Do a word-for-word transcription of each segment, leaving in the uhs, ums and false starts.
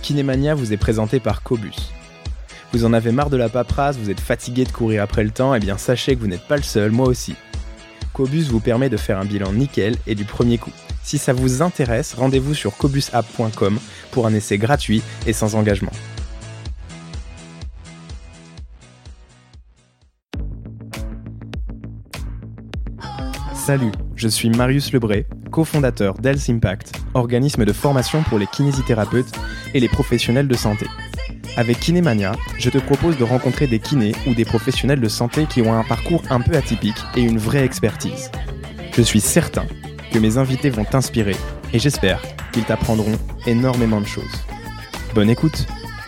Kinémania vous est présenté par Cobus. Vous en avez marre de la paperasse, vous êtes fatigué de courir après le temps, eh bien sachez que vous n'êtes pas le seul, moi aussi. Cobus vous permet de faire un bilan nickel et du premier coup. Si ça vous intéresse, rendez-vous sur cobus app point com pour un essai gratuit et sans engagement. Salut, je suis Marius Lebré, cofondateur d'Health Impact, organisme de formation pour les kinésithérapeutes et les professionnels de santé. Avec Kinémania, je te propose de rencontrer des kinés ou des professionnels de santé qui ont un parcours un peu atypique et une vraie expertise. Je suis certain que mes invités vont t'inspirer et j'espère qu'ils t'apprendront énormément de choses. Bonne écoute!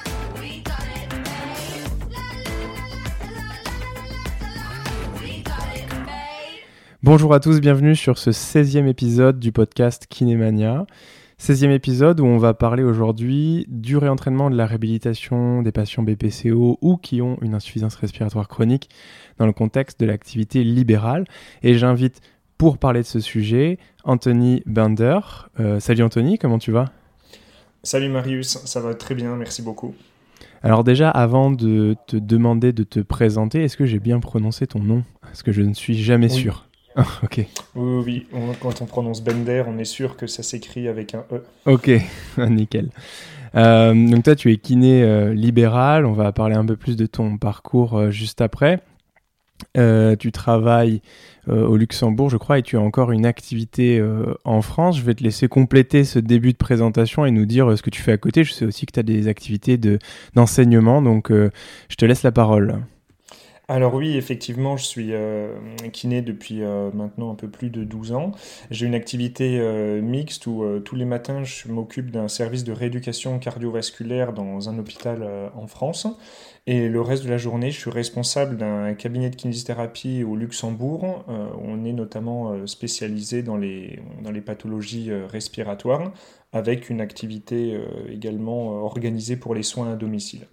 Bonjour à tous, bienvenue sur ce seizième épisode du podcast Kinémania. seizième épisode où on va parler aujourd'hui du réentraînement de la réhabilitation des patients B P C O ou qui ont une insuffisance respiratoire chronique dans le contexte de l'activité libérale. Et j'invite pour parler de ce sujet Anthony Bender. Euh, salut Anthony, comment tu vas ? Salut Marius, ça va très bien, merci beaucoup. Alors déjà, avant de te demander de te présenter, est-ce que j'ai bien prononcé ton nom ? Parce que je ne suis jamais oui. sûr. Ah, ok. Oui, oui, on, quand on prononce Bender, on est sûr que ça s'écrit avec un E. Ok, nickel. Euh, donc toi, tu es kiné euh, libéral, on va parler un peu plus de ton parcours euh, juste après. Euh, tu travailles euh, au Luxembourg, je crois, et tu as encore une activité euh, en France. Je vais te laisser compléter ce début de présentation et nous dire euh, ce que tu fais à côté. Je sais aussi que tu as des activités de, d'enseignement, donc euh, je te laisse la parole. Alors oui, effectivement, je suis euh, kiné depuis euh, maintenant un peu plus de douze ans. J'ai une activité euh, mixte où euh, tous les matins, je m'occupe d'un service de rééducation cardiovasculaire dans un hôpital euh, en France. Et le reste de la journée, je suis responsable d'un cabinet de kinésithérapie au Luxembourg. Euh, on est notamment euh, spécialisé dans les, dans les pathologies euh, respiratoires, avec une activité euh, également euh, organisée pour les soins à domicile.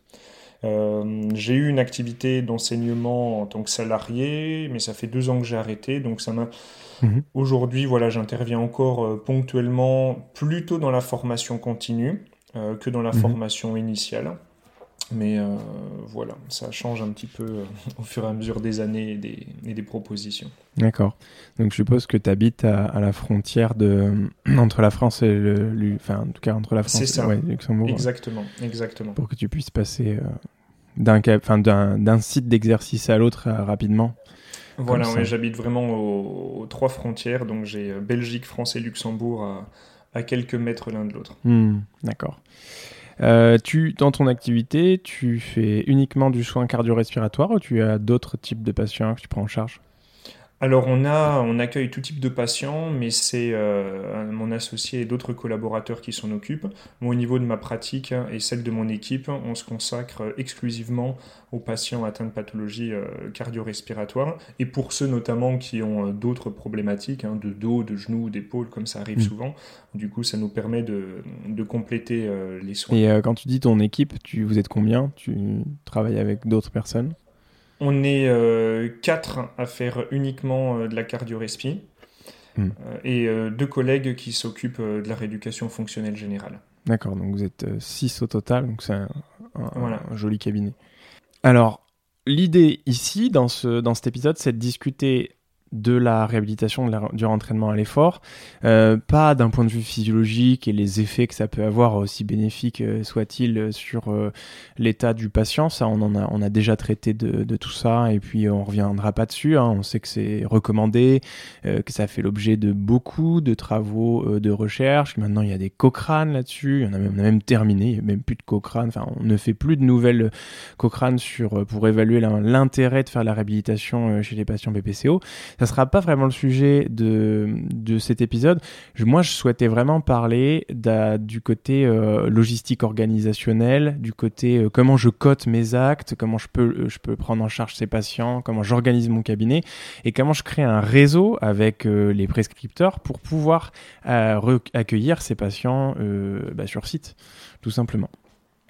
Euh, j'ai eu une activité d'enseignement en tant que salarié, mais ça fait deux ans que j'ai arrêté, donc ça m'a... Mmh. Aujourd'hui, voilà, j'interviens encore euh, ponctuellement, plutôt dans la formation continue euh, que dans la mmh. formation initiale. Mais euh, voilà, ça change un petit peu euh, au fur et à mesure des années et des, et des propositions. D'accord. Donc je suppose que tu habites à, à la frontière de, entre la France et le, le... Enfin, en tout cas, entre la France C'est ça. et ouais, le Luxembourg. Exactement, ouais. exactement. Pour que tu puisses passer euh, d'un, enfin, d'un, d'un site d'exercice à l'autre euh, rapidement. Voilà, ouais, j'habite vraiment aux, aux trois frontières. Donc j'ai Belgique, France et Luxembourg à, à quelques mètres l'un de l'autre. Mmh, d'accord. Euh, tu, dans ton activité, tu fais uniquement du soin cardio-respiratoire ou tu as d'autres types de patients que tu prends en charge ? Alors on a, on accueille tout type de patients, mais c'est euh, mon associé et d'autres collaborateurs qui s'en occupent. Moi, au niveau de ma pratique et celle de mon équipe, on se consacre exclusivement aux patients atteints de pathologies euh, cardio-respiratoires et pour ceux notamment qui ont euh, d'autres problématiques, hein, de dos, de genoux, d'épaules, comme ça arrive mmh. souvent. Du coup, ça nous permet de, de compléter euh, les soins. Et euh, quand tu dis ton équipe, tu, vous êtes combien ? Tu travailles avec d'autres personnes ? On est euh, quatre à faire uniquement euh, de la cardio-respi mmh. euh, et euh, deux collègues qui s'occupent euh, de la rééducation fonctionnelle générale. D'accord, donc vous êtes euh, six au total, donc c'est un, un, voilà. un joli cabinet. Alors, l'idée ici, dans, ce, dans cet épisode, c'est de discuter de la réhabilitation, de la, du rentraînement à l'effort, euh, pas d'un point de vue physiologique et les effets que ça peut avoir, aussi bénéfiques euh, soit-il, sur euh, l'état du patient. Ça, on en a, on a déjà traité de, de tout ça et puis on reviendra pas dessus. Hein. On sait que c'est recommandé, euh, que ça fait l'objet de beaucoup de travaux euh, de recherche. Maintenant, il y a des Cochrane là-dessus. On a même, on a même terminé. Il n'y a même plus de Cochrane. Enfin, on ne fait plus de nouvelles Cochrane sur, pour évaluer la, l'intérêt de faire la réhabilitation euh, chez les patients B P C O. Ça ne sera pas vraiment le sujet de, de cet épisode. Je, moi, je souhaitais vraiment parler du côté euh, logistique organisationnel, du côté euh, comment je cote mes actes, comment je peux, je peux prendre en charge ces patients, comment j'organise mon cabinet et comment je crée un réseau avec euh, les prescripteurs pour pouvoir euh, re- accueillir ces patients euh, bah, sur site, tout simplement.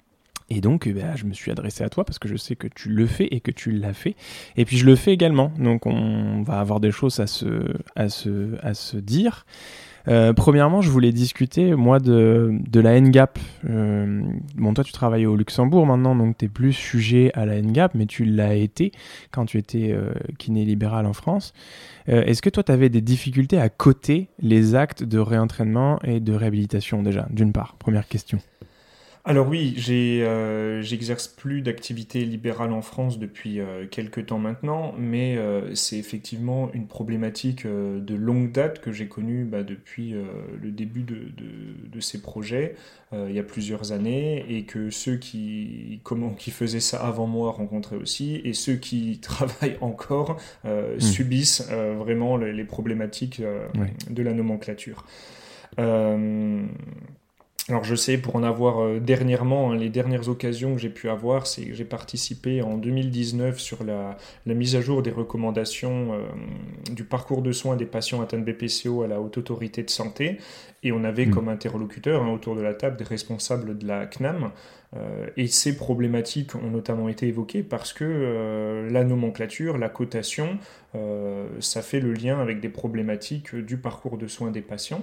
Et donc, eh ben, je me suis adressé à toi parce que je sais que tu le fais et que tu l'as fait. Et puis, je le fais également. Donc, on va avoir des choses à se, à se, à se dire. Euh, premièrement, je voulais discuter, moi, de, de la N G A P. Euh, bon, toi, tu travailles au Luxembourg maintenant, donc tu n'es plus sujet à la N G A P, mais tu l'as été quand tu étais euh, kiné libéral en France. Euh, est-ce que toi, tu avais des difficultés à coter les actes de réentraînement et de réhabilitation, déjà, d'une part? Première question. Alors oui, j'ai, euh, j'exerce plus d'activité libérale en France depuis euh, quelques temps maintenant, mais euh, c'est effectivement une problématique euh, de longue date que j'ai connue bah, depuis euh, le début de, de, de ces projets, euh, il y a plusieurs années, et que ceux qui, comment, qui faisaient ça avant moi rencontraient aussi, et ceux qui travaillent encore euh, mmh. subissent euh, vraiment les, les problématiques euh, oui. de la nomenclature. Euh, Alors je sais, pour en avoir euh, dernièrement, hein, les dernières occasions que j'ai pu avoir, c'est que j'ai participé en deux mille dix-neuf sur la, la mise à jour des recommandations euh, du parcours de soins des patients atteints de B P C O à la Haute Autorité de Santé, et on avait mmh. comme interlocuteur hein, autour de la table des responsables de la C N A M, euh, et ces problématiques ont notamment été évoquées parce que euh, la nomenclature, la cotation, euh, ça fait le lien avec des problématiques du parcours de soins des patients.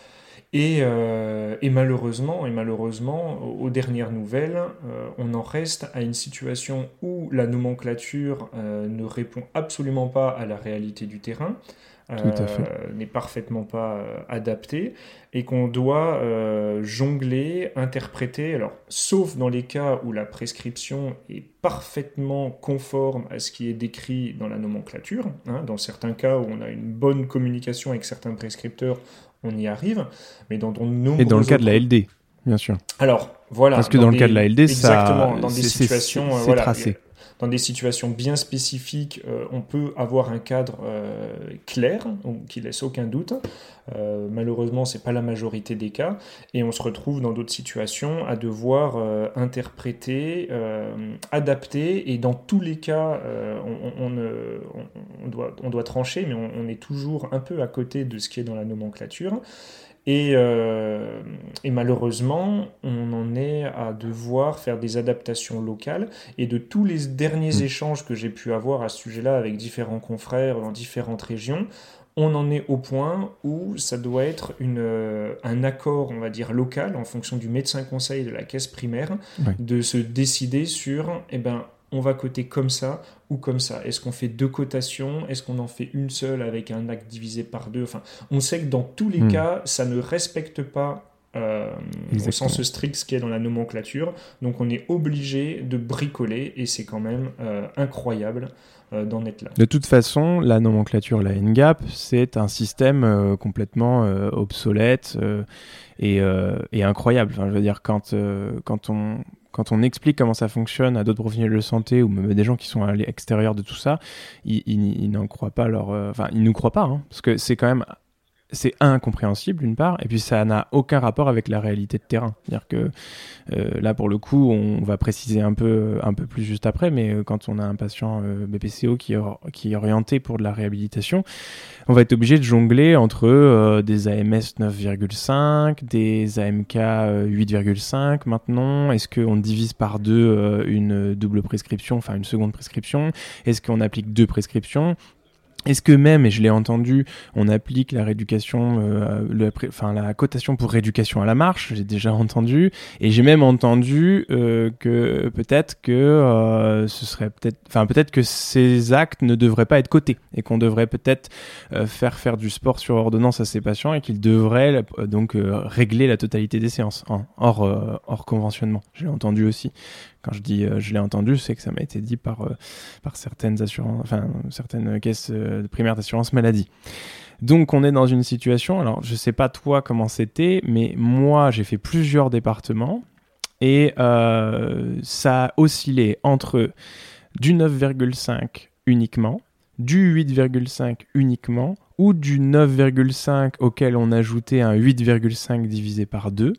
Et, euh, et malheureusement, et malheureusement, aux dernières nouvelles, euh, on en reste à une situation où la nomenclature euh, ne répond absolument pas à la réalité du terrain, euh, n'est parfaitement pas euh, adaptée, et qu'on doit euh, jongler, interpréter, alors sauf dans les cas où la prescription est parfaitement conforme à ce qui est décrit dans la nomenclature, hein, dans certains cas où on a une bonne communication avec certains prescripteurs, on y arrive, mais dans de nombreux Et dans le cas autres... de la L D, bien sûr. Alors, voilà. Parce que dans, dans le des... cas de la L D, exactement, ça... dans des c'est, situations, c'est, c'est, c'est voilà, tracé. Dans des situations bien spécifiques, euh, on peut avoir un cadre euh, clair, qui laisse aucun doute. Euh, malheureusement, c'est pas la majorité des cas, et on se retrouve dans d'autres situations à devoir euh, interpréter, euh, adapter, et dans tous les cas, euh, on, on, on, on, doit, on doit trancher, mais on, on est toujours un peu à côté de ce qui est dans la nomenclature. Et, euh, et malheureusement, on en est à devoir faire des adaptations locales. Et de tous les derniers mmh. échanges que j'ai pu avoir à ce sujet-là avec différents confrères dans différentes régions, on en est au point où ça doit être une, euh, un accord, on va dire, local, en fonction du médecin conseil de la caisse primaire, oui. de se décider sur, eh ben, on va coter comme ça ou comme ça. Est-ce qu'on fait deux cotations? Est-ce qu'on en fait une seule avec un acte divisé par deux? Enfin, on sait que dans tous les mmh. cas, ça ne respecte pas euh, au sens strict ce qui est dans la nomenclature. Donc, on est obligé de bricoler et c'est quand même euh, incroyable euh, d'en être là. De toute façon, la nomenclature, la N G A P, c'est un système euh, complètement euh, obsolète euh, et, euh, et incroyable. Enfin, je veux dire, quand, euh, quand on... Quand on explique comment ça fonctionne à d'autres professionnels de santé ou même des gens qui sont à l'extérieur de tout ça, ils, ils, ils n'en croient pas leur... Euh, enfin, ils nous croient pas, hein, parce que c'est quand même... C'est incompréhensible d'une part, et puis ça n'a aucun rapport avec la réalité de terrain. C'est-à-dire que euh, là, pour le coup, on va préciser un peu, un peu plus juste après, mais euh, quand on a un patient euh, B P C O qui est, or- qui est orienté pour de la réhabilitation, on va être obligé de jongler entre euh, des A M S neuf virgule cinq, des A M K euh, huit virgule cinq maintenant. Est-ce qu'on divise par deux euh, une double prescription, enfin une seconde prescription? Est-ce qu'on applique deux prescriptions? Est-ce que même, et je l'ai entendu, on applique la rééducation, euh, le, enfin la cotation pour rééducation à la marche, j'ai déjà entendu, et j'ai même entendu euh, que peut-être que euh, ce serait peut-être, enfin peut-être que ces actes ne devraient pas être cotés et qu'on devrait peut-être euh, faire faire du sport sur ordonnance à ces patients et qu'ils devraient euh, donc euh, régler la totalité des séances hein, hors euh, hors conventionnement. Je l'ai entendu aussi. Quand je dis euh, je l'ai entendu, c'est que ça m'a été dit par, euh, par certaines assurances, enfin, certaines caisses euh, primaires d'assurance maladie. Donc, on est dans une situation, alors je sais pas toi comment c'était, mais moi, j'ai fait plusieurs départements et euh, ça a oscillé entre du neuf virgule cinq uniquement, du huit virgule cinq uniquement ou du neuf virgule cinq auquel on ajoutait un huit virgule cinq divisé par deux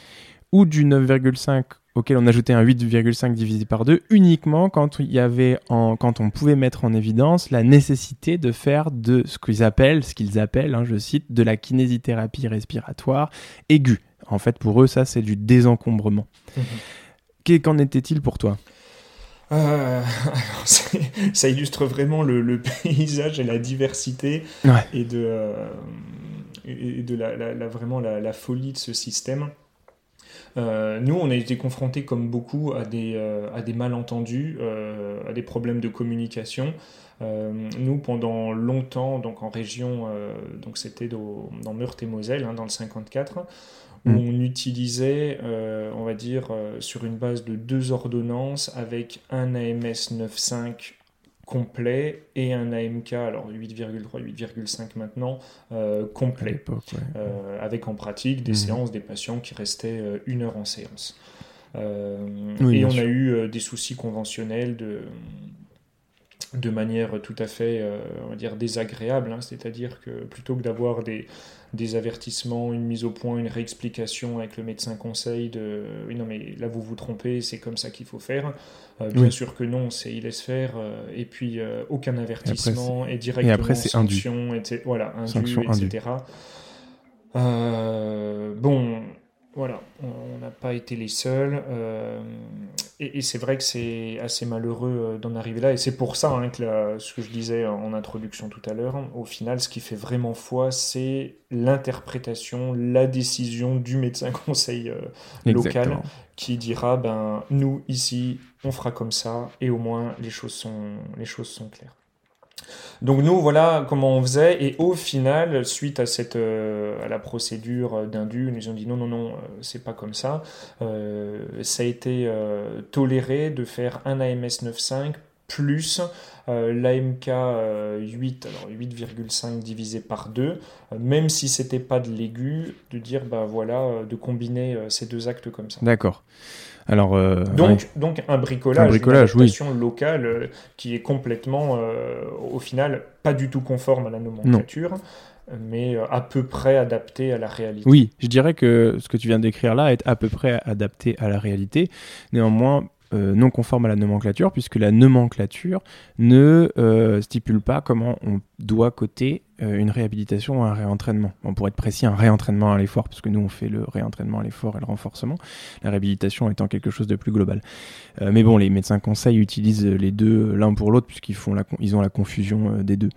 ou du neuf virgule cinq auquel on ajoutait un huit virgule cinq divisé par deux uniquement quand il y avait en, quand on pouvait mettre en évidence la nécessité de faire de ce qu'ils appellent, ce qu'ils appellent, hein, je cite, de la kinésithérapie respiratoire aiguë. En fait, pour eux, ça, c'est du désencombrement. Mmh. Qu'en était-il pour toi ? Euh, alors ça illustre vraiment le, le paysage et la diversité ouais. et de, euh, et de la, la, la, vraiment la, la folie de ce système. Euh, nous, on a été confrontés, comme beaucoup, à des, euh, à des malentendus, euh, à des problèmes de communication. Euh, nous, pendant longtemps, donc en région, euh, donc c'était dans, dans Meurthe et Moselle, hein, dans le cinquante-quatre, où mmh. on utilisait, euh, on va dire, euh, sur une base de deux ordonnances, avec un A M S neuf virgule cinq complet et un A M K, alors huit virgule trois, huit virgule cinq maintenant, euh, complet, ouais. euh, avec en pratique des mmh. séances, des patients qui restaient euh, une heure en séance. Euh, oui, et on sûr. a eu euh, des soucis conventionnels de, de manière tout à fait, euh, on va dire, désagréable, hein, c'est-à-dire que plutôt que d'avoir des, des avertissements, une mise au point, une réexplication avec le médecin conseil de « oui, non, mais là, vous vous trompez, c'est comme ça qu'il faut faire », Euh, bien oui. sûr que non, c'est il laisse faire, euh, et puis euh, aucun avertissement, et, après, et directement et après, c'est sanction, et cetera. Voilà, indu, sanction et cetera. Euh, bon, voilà, on n'a pas été les seuls, euh, et, et c'est vrai que c'est assez malheureux d'en arriver là, et c'est pour ça hein, que la, ce que je disais en introduction tout à l'heure, au final, ce qui fait vraiment foi, c'est l'interprétation, la décision du médecin conseil euh, local, qui dira, ben, nous, ici, on fera comme ça, et au moins, les choses sont, les choses sont claires. Donc nous, voilà comment on faisait, et au final, suite à, cette, euh, à la procédure d'Indu, ils ont dit non, non, non, euh, c'est pas comme ça. Euh, ça a été euh, toléré de faire un A M S neuf virgule cinq plus euh, l'A M K euh, huit, alors huit virgule cinq divisé par deux, euh, même si c'était pas de l'aigu, de dire, bah voilà, euh, de combiner euh, ces deux actes comme ça. D'accord. Alors, euh, donc, ouais. donc un bricolage, un bricolage une adaptation oui. locale euh, qui est complètement, euh, au final, pas du tout conforme à la nomenclature, non. mais euh, à peu près adapté à la réalité. Oui, je dirais que ce que tu viens de décrire là est à peu près adapté à la réalité. Néanmoins, euh, non conforme à la nomenclature, puisque la nomenclature ne euh, stipule pas comment on doit coter euh, une réhabilitation ou un réentraînement. Bon, pour être précis, un réentraînement à l'effort, parce que nous on fait le réentraînement à l'effort et le renforcement, la réhabilitation étant quelque chose de plus global. Euh, mais bon, les médecins conseils utilisent les deux l'un pour l'autre, puisqu'ils font la, ils ont la confusion euh, des deux.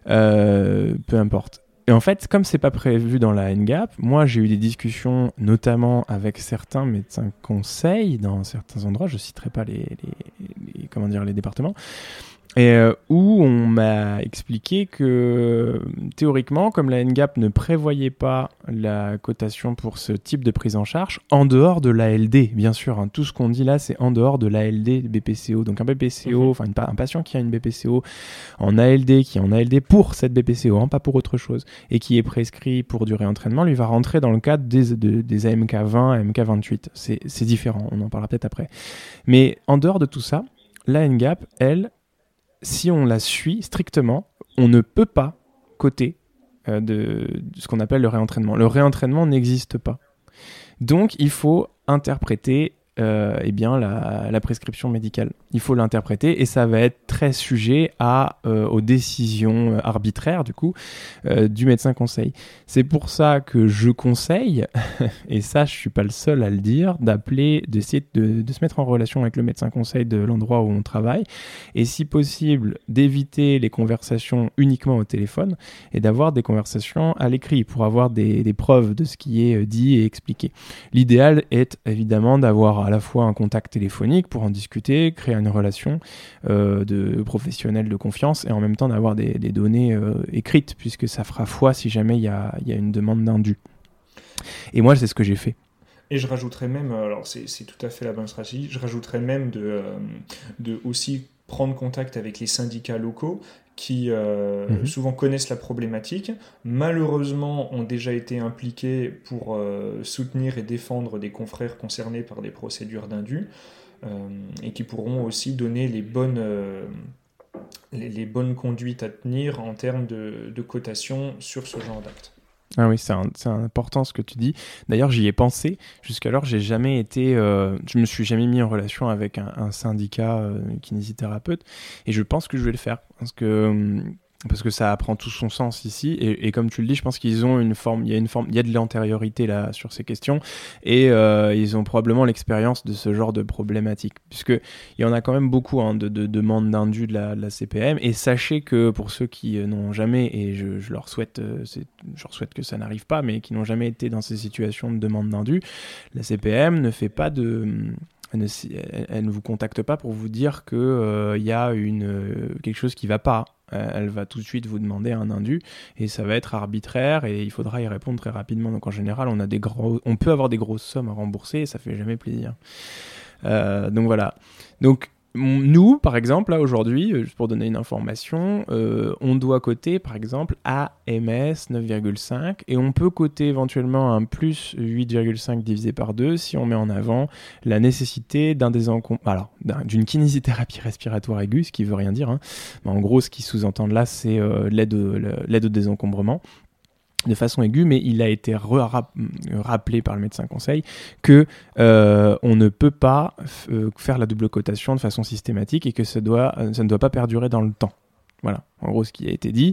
Euh, peu importe. Et en fait, comme c'est pas prévu dans la N G A P, moi j'ai eu des discussions notamment avec certains médecins conseils dans certains endroits, je citerai pas les, les, les comment dire les départements, et euh, où on m'a expliqué que théoriquement, comme la N G A P ne prévoyait pas la cotation pour ce type de prise en charge, en dehors de l'A L D, bien sûr, hein, tout ce qu'on dit là, c'est en dehors de l'A L D, B P C O. Donc un B P C O, enfin mmh. un patient qui a une B P C O en A L D, qui est en A L D pour cette B P C O, hein, pas pour autre chose, et qui est prescrit pour du réentraînement, lui va rentrer dans le cadre des, de, des A M K vingt, A M K vingt-huit. C'est, c'est différent, on en parlera peut-être après. Mais en dehors de tout ça, la N G A P, elle, si on la suit strictement, on ne peut pas coter euh, de, de ce qu'on appelle le réentraînement. Le réentraînement n'existe pas. Donc, il faut interpréter euh, eh bien, la, la prescription médicale. Il faut l'interpréter et ça va être très sujet à, euh, aux décisions arbitraires du coup, euh, du médecin conseil. C'est pour ça que je conseille, et ça je ne suis pas le seul à le dire, d'appeler, d'essayer de, de se mettre en relation avec le médecin conseil de l'endroit où on travaille et si possible d'éviter les conversations uniquement au téléphone et d'avoir des conversations à l'écrit pour avoir des, des preuves de ce qui est dit et expliqué. L'idéal est évidemment d'avoir à la fois un contact téléphonique pour en discuter, créer une relation euh, de professionnels de confiance et en même temps d'avoir des, des données euh, écrites puisque ça fera foi si jamais il y a, y a une demande d'indu. Et moi, c'est ce que j'ai fait. Et je rajouterais même, alors c'est, c'est tout à fait la bonne stratégie, je rajouterais même de, euh, de aussi prendre contact avec les syndicats locaux qui euh, mmh. souvent connaissent la problématique, malheureusement ont déjà été impliqués pour euh, soutenir et défendre des confrères concernés par des procédures d'indu, euh, et qui pourront aussi donner les bonnes, euh, les, les bonnes conduites à tenir en termes de, de cotation sur ce genre d'actes. Ah oui, c'est, un, c'est important ce que tu dis. D'ailleurs, j'y ai pensé. Jusqu'alors, j'ai jamais été, euh, je me suis jamais mis en relation avec un, un syndicat euh, kinésithérapeute, et je pense que je vais le faire parce que parce que ça prend tout son sens ici, et, et comme tu le dis, je pense qu'ils ont une forme, il y a une forme, il y a de l'antériorité là sur ces questions, et euh, ils ont probablement l'expérience de ce genre de problématique, puisque il y en a quand même beaucoup hein, de, de, de demandes d'indus de la, de la C P M, et sachez que pour ceux qui euh, n'ont jamais, et je, je leur souhaite, euh, c'est, je leur souhaite que ça n'arrive pas, mais qui n'ont jamais été dans ces situations de demande d'indus, la C P M ne fait pas de Elle ne, elle ne vous contacte pas pour vous dire qu'il euh, y a une, euh, quelque chose qui ne va pas. Euh, elle va tout de suite vous demander un indu et ça va être arbitraire et il faudra y répondre très rapidement. Donc en général, on, a des gros, on peut avoir des grosses sommes à rembourser et ça ne fait jamais plaisir. Euh, donc voilà. Donc nous, par exemple, là aujourd'hui, juste pour donner une information, euh, on doit coter, par exemple, A M S neuf virgule cinq et on peut coter éventuellement un plus huit virgule cinq divisé par deux si on met en avant la nécessité d'un désencom... Alors, d'un, d'une kinésithérapie respiratoire aiguë, ce qui veut rien dire. Hein. Mais en gros, ce qui sous-entend là, c'est euh, l'aide, au, l'aide au désencombrement de façon aiguë, mais il a été re- rappelé par le médecin conseil que euh, on ne peut pas f- euh, faire la double cotation de façon systématique et que ça, doit, ça ne doit pas perdurer dans le temps. Voilà, en gros ce qui a été dit.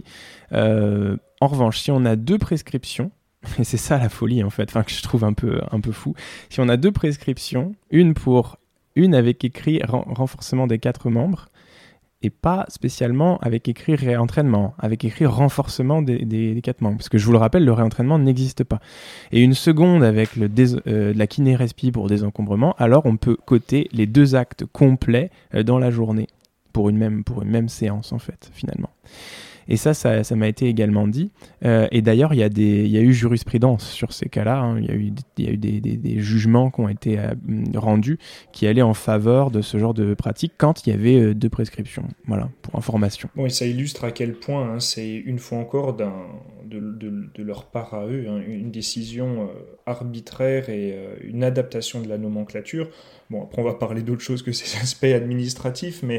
Euh, en revanche, si on a deux prescriptions, et c'est ça la folie en fait, enfin que je trouve un peu, un peu fou, si on a deux prescriptions, une pour une avec écrit ren- renforcement des quatre membres, et pas spécialement avec écrit réentraînement, avec écrit renforcement des, des, des quatre membres. Parce que je vous le rappelle, le réentraînement n'existe pas. Et une seconde avec le dés, euh, la kiné-respi pour désencombrement, alors on peut coter les deux actes complets euh, dans la journée, pour une, même, pour une même séance en fait, finalement. Et ça, ça, ça m'a été également dit. Euh, et d'ailleurs, il y a des, il y a eu jurisprudence sur ces cas-là. Hein. Il y a eu, il y a eu des, des, des jugements qui ont été euh, rendus qui allaient en faveur de ce genre de pratique quand il y avait euh, deux prescriptions. Voilà, pour information. Bon, et ça illustre à quel point hein, c'est une fois encore d'un, de, de, de leur part à eux hein, une décision euh, arbitraire et euh, une adaptation de la nomenclature. Bon, après, on va parler d'autre chose que ces aspects administratifs, mais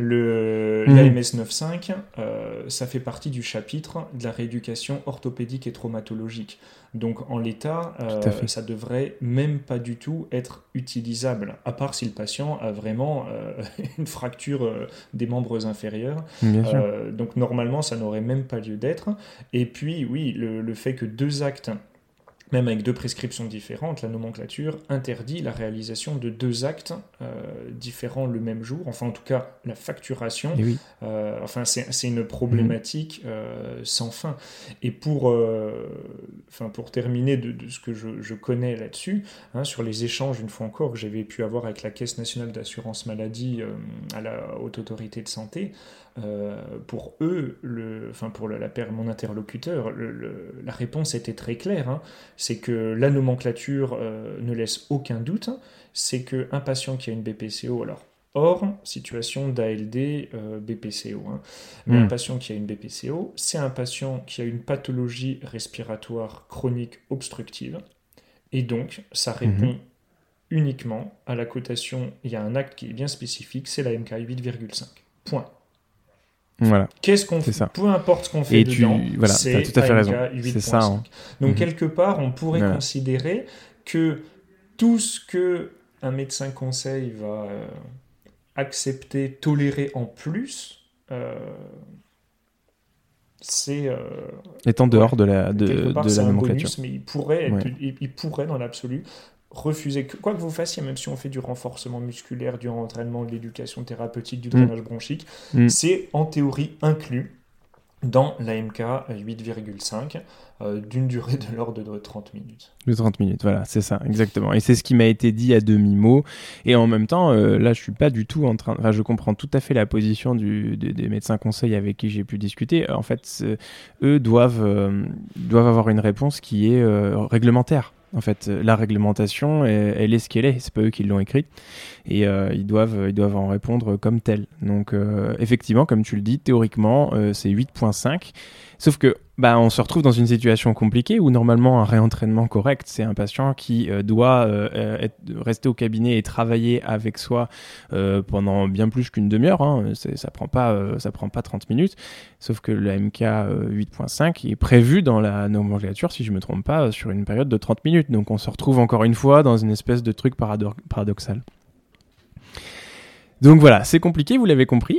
le, mmh. l'A M S neuf virgule cinq, euh, ça fait partie du chapitre de la rééducation orthopédique et traumatologique. Donc, en l'état, euh, ça devrait même pas du tout être utilisable, à part si le patient a vraiment euh, une fracture euh, des membres inférieurs. Euh, donc, normalement, ça n'aurait même pas lieu d'être. Et puis, oui, le, le fait que deux actes... Même avec deux prescriptions différentes, la nomenclature interdit la réalisation de deux actes euh, différents le même jour. Enfin, en tout cas, la facturation. Oui. Euh, enfin, c'est, c'est une problématique euh, sans fin. Et pour, euh, enfin, pour terminer de, de ce que je, je connais là-dessus, hein, sur les échanges, une fois encore, que j'avais pu avoir avec la Caisse nationale d'assurance maladie euh, à la Haute Autorité de Santé, Euh, pour eux, le, enfin pour le, la, mon interlocuteur, le, le, la réponse était très claire. Hein. C'est que la nomenclature euh, ne laisse aucun doute. C'est qu'un patient qui a une B P C O, alors hors situation d'A L D euh, B P C O, hein, mais mmh. un patient qui a une B P C O, c'est un patient qui a une pathologie respiratoire chronique obstructive. Et donc, ça répond mmh. uniquement à la cotation. Il y a un acte qui est bien spécifique, c'est la M K huit virgule cinq. Point. Voilà. Qu'est-ce qu'on c'est fait ça. Peu importe ce qu'on fait et dedans, tu... voilà, c'est tout à fait raison. huit virgule cinq. C'est ça. Hein. Donc, mmh. quelque part, on pourrait voilà. considérer que tout ce que un médecin conseil va euh, accepter, tolérer en plus, euh, c'est... Euh, étant dehors ouais, de la, de, part, de c'est la un nomenclature. Bonus, mais il pourrait, être, ouais. il, il pourrait dans l'absolu refuser, quoi que vous fassiez, même si on fait du renforcement musculaire, du rentraînement, de l'éducation thérapeutique, du drainage mmh. bronchique, mmh. c'est en théorie inclus dans la M K huit virgule cinq euh, d'une durée de l'ordre de trente minutes. De trente minutes, voilà, c'est ça, exactement. Et c'est ce qui m'a été dit à demi-mot. Et en même temps, euh, là, je suis pas du tout en train... Enfin, je comprends tout à fait la position du, de, des médecins conseils avec qui j'ai pu discuter. En fait, eux doivent, euh, doivent avoir une réponse qui est euh, réglementaire. En fait, la réglementation, elle, elle est ce qu'elle est. C'est pas eux qui l'ont écrite. Et euh, ils, doivent, ils doivent en répondre comme tel. Donc, euh, effectivement, comme tu le dis, théoriquement, euh, c'est huit virgule cinq. Sauf que, bah, on se retrouve dans une situation compliquée où, normalement, un réentraînement correct, c'est un patient qui euh, doit euh, être, rester au cabinet et travailler avec soi euh, pendant bien plus qu'une demi-heure. Hein. C'est, ça prend pas, euh, ça prend pas trente minutes. Sauf que la M K euh, huit virgule cinq est prévue dans la nomenclature, si je me trompe pas, sur une période de trente minutes. Donc, on se retrouve encore une fois dans une espèce de truc parado- paradoxal. Donc voilà, c'est compliqué, vous l'avez compris.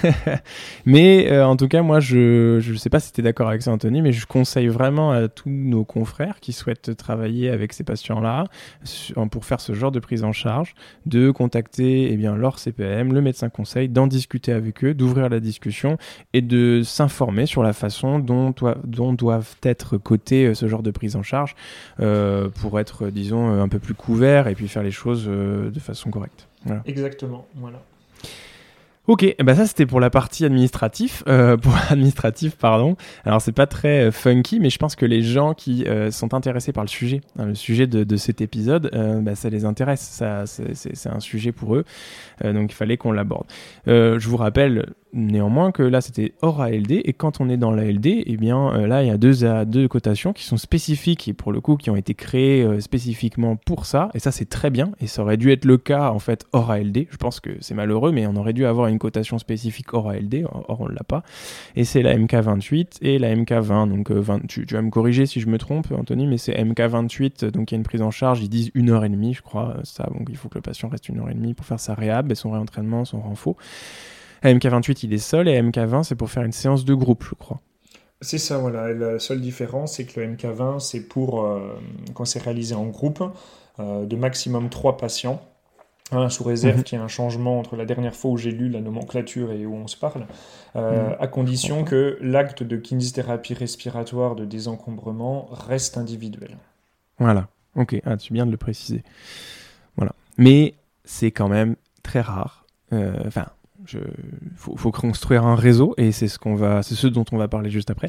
Mais euh, en tout cas, moi, je ne sais pas si tu es d'accord avec ça, Anthony, mais je conseille vraiment à tous nos confrères qui souhaitent travailler avec ces patients-là pour faire ce genre de prise en charge, de contacter eh bien, leur C P M, le médecin conseil, d'en discuter avec eux, d'ouvrir la discussion et de s'informer sur la façon dont, dont doivent être cotées ce genre de prise en charge euh, pour être, disons, un peu plus couverts et puis faire les choses euh, de façon correcte. Voilà. Exactement, voilà. Ok, eh ben ça c'était pour la partie administrative, euh, pour administratif pardon. Alors c'est pas très euh, funky, mais je pense que les gens qui euh, sont intéressés par le sujet, hein, le sujet de, de cet épisode, euh, bah, ça les intéresse, ça c'est, c'est, c'est un sujet pour eux, euh, donc il fallait qu'on l'aborde. Euh, je vous rappelle néanmoins que là c'était hors A L D, et quand on est dans l'A L D, eh bien euh, là il y a deux, euh, deux cotations qui sont spécifiques et pour le coup qui ont été créées euh, spécifiquement pour ça, et ça c'est très bien, et ça aurait dû être le cas en fait hors A L D. Je pense que c'est malheureux, mais on aurait dû avoir une cotation spécifique hors A L D, or on ne l'a pas, et c'est la M K vingt-huit et la M K vingt, donc euh, vingt, tu, tu vas me corriger si je me trompe Anthony, mais c'est M K vingt-huit, donc il y a une prise en charge, ils disent une heure et demie je crois, ça, donc il faut que le patient reste une heure et demie pour faire sa réhab et son réentraînement, son renfo. La M K vingt-huit il est seul, et la M K vingt c'est pour faire une séance de groupe je crois. C'est ça, voilà. Et la seule différence, c'est que le M K vingt, c'est pour, euh, quand c'est réalisé en groupe, euh, de maximum trois patients. Hein, sous réserve mmh. qu'il y ait un changement entre la dernière fois où j'ai lu la nomenclature et où on se parle, euh, mmh. à condition que l'acte de kinésithérapie respiratoire de désencombrement reste individuel. Voilà, ok, ah, tu viens de le préciser. Voilà. Mais c'est quand même très rare. Enfin, il faut, faut construire un réseau, et c'est ce, qu'on va, c'est ce dont on va parler juste après.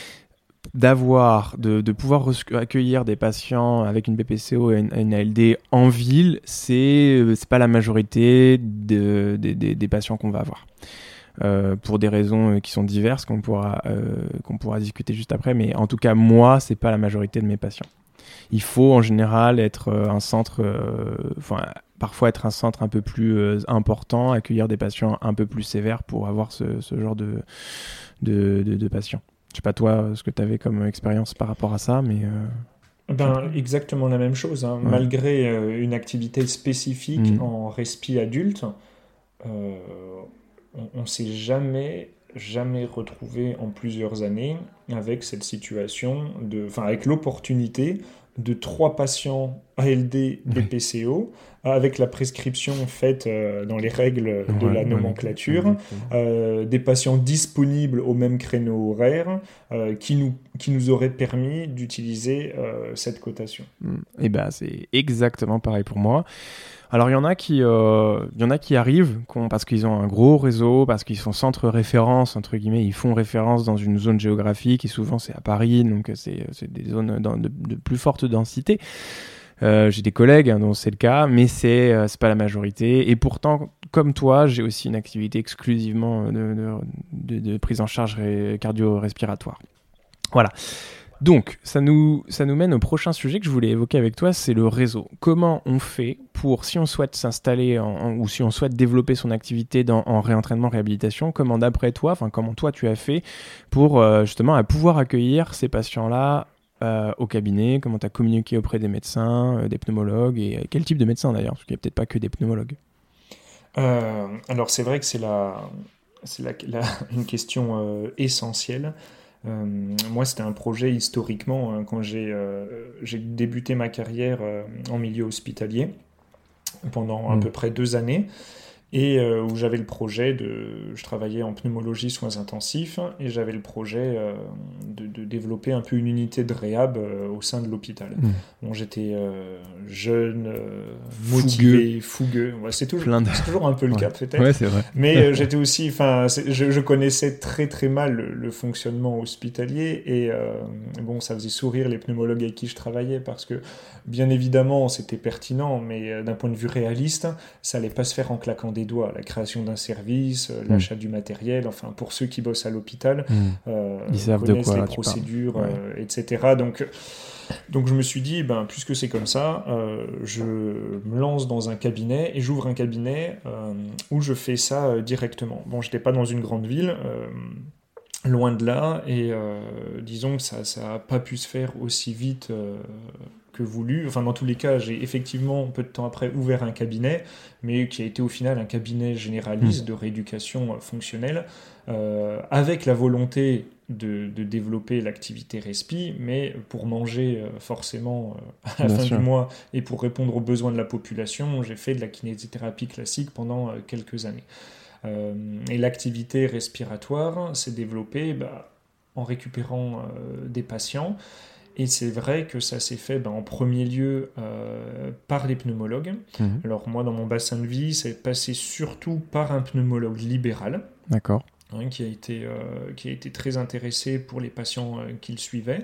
D'avoir, de, de pouvoir accueillir des patients avec une B P C O et une, une A L D en ville, c'est, c'est pas la majorité de, de, de, des patients qu'on va avoir. Euh, pour des raisons qui sont diverses, qu'on pourra, euh, qu'on pourra discuter juste après, mais en tout cas, moi, c'est pas la majorité de mes patients. Il faut en général être un centre, euh, enfin, parfois être un centre un peu plus euh, important, accueillir des patients un peu plus sévères pour avoir ce, ce genre de, de, de, de patients. Je sais pas toi ce que tu avais comme expérience par rapport à ça, mais... Euh... Ben, exactement la même chose. Hein. Ouais. Malgré euh, une activité spécifique mmh. en respi adulte, euh, on ne s'est jamais, jamais retrouvé en plusieurs années avec cette situation, de, enfin avec l'opportunité de trois patients A L D B P C O, oui. avec la prescription faite euh, dans les règles de ouais, la nomenclature, ouais, euh, des patients disponibles au même créneau horaire, euh, qui, nous, qui nous auraient permis d'utiliser euh, cette cotation. Et ben, c'est exactement pareil pour moi. Alors il y en a qui, euh, il y en a qui arrivent parce qu'ils ont un gros réseau, parce qu'ils sont centre référence entre guillemets, ils font référence dans une zone géographique, et souvent c'est à Paris, donc c'est, c'est des zones de, de plus forte densité. Euh, j'ai des collègues hein, dont c'est le cas, mais c'est euh, c'est pas la majorité. Et pourtant, comme toi, j'ai aussi une activité exclusivement de, de, de, de prise en charge ré- cardio-respiratoire. Voilà. Donc, ça nous, ça nous mène au prochain sujet que je voulais évoquer avec toi, c'est le réseau. Comment on fait pour, si on souhaite s'installer en, en, ou si on souhaite développer son activité dans, en réentraînement, réhabilitation, comment d'après toi, enfin comment toi tu as fait pour euh, justement à pouvoir accueillir ces patients-là euh, au cabinet, comment tu as communiqué auprès des médecins, euh, des pneumologues, et euh, quel type de médecins d'ailleurs, parce qu'il n'y a peut-être pas que des pneumologues. Euh, alors c'est vrai que c'est, la, c'est la, la, une question euh, essentielle. Euh, moi, c'était un projet historiquement, hein, quand j'ai, euh, j'ai débuté ma carrière euh, en milieu hospitalier pendant à mmh. peu près deux années, et euh, où j'avais le projet de... Je travaillais en pneumologie soins intensifs, et j'avais le projet euh, de, de développer un peu une unité de réhab euh, au sein de l'hôpital. Mmh. Bon, j'étais euh, jeune, euh, motivé, fougueux. Ouais, c'est, toujours, de... c'est toujours un peu le ouais. cas peut-être. Ouais, c'est vrai. Mais euh, j'étais aussi... Enfin, je, je connaissais très très mal le, le fonctionnement hospitalier, et euh, bon, ça faisait sourire les pneumologues avec qui je travaillais, parce que bien évidemment, c'était pertinent, mais euh, d'un point de vue réaliste, ça allait pas se faire en claquant des doigts. La création d'un service, euh, l'achat mmh. du matériel, enfin pour ceux qui bossent à l'hôpital, mmh. euh, ils savent connaissent de quoi, les là, procédures, ouais. euh, et cetera. Donc, donc je me suis dit, ben, puisque c'est comme ça, euh, je me lance dans un cabinet, et j'ouvre un cabinet euh, où je fais ça euh, directement. Bon, j'étais pas dans une grande ville, euh, loin de là, et euh, disons que ça n'a pas pu se faire aussi vite euh, que voulu. Enfin, dans tous les cas, j'ai effectivement, peu de temps après, ouvert un cabinet, mais qui a été au final un cabinet généraliste mmh. de rééducation fonctionnelle, euh, avec la volonté de, de développer l'activité respi, mais pour manger euh, forcément euh, à la Bien fin sûr. du mois et pour répondre aux besoins de la population, j'ai fait de la kinésithérapie classique pendant euh, quelques années. Euh, et l'activité respiratoire s'est développée bah, en récupérant euh, des patients. Et c'est vrai que ça s'est fait ben, en premier lieu euh, par les pneumologues. Mmh. Alors moi, dans mon bassin de vie, c'est passé surtout par un pneumologue libéral. D'accord. Hein, qui, a été, euh, qui a été très intéressé pour les patients euh, qu'il suivait.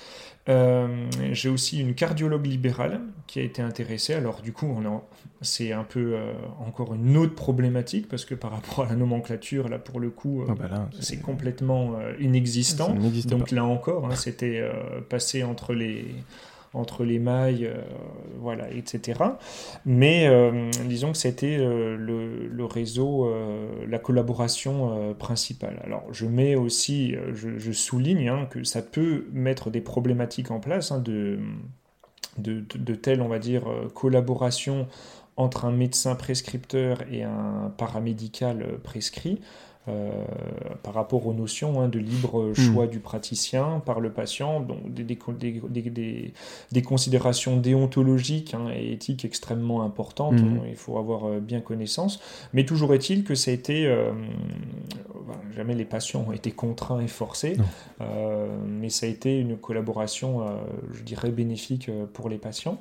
Euh, j'ai aussi une cardiologue libérale qui a été intéressée. Alors du coup, on a, c'est un peu euh, encore une autre problématique parce que par rapport à la nomenclature, là pour le coup, euh, oh bah là, c'est... c'est complètement euh, inexistant. Donc pas. Là encore, hein, c'était euh, passé entre les entre les mailles, euh, voilà, et cetera. Mais euh, disons que c'était euh, le, le réseau, euh, la collaboration euh, principale. Alors je mets aussi, euh, je, je souligne hein, que ça peut mettre des problématiques en place hein, de, de, de, de telles, on va dire, euh, collaboration entre un médecin prescripteur et un paramédical prescrit. Euh, par rapport aux notions hein, de libre choix mmh. du praticien par le patient, donc des, des, des, des, des considérations déontologiques hein, et éthiques extrêmement importantes, mmh. dont il faut avoir euh, bien connaissance, mais toujours est-il que ça a été, euh, ben, jamais les patients ont été contraints et forcés, euh, mais ça a été une collaboration, euh, je dirais, bénéfique pour les patients.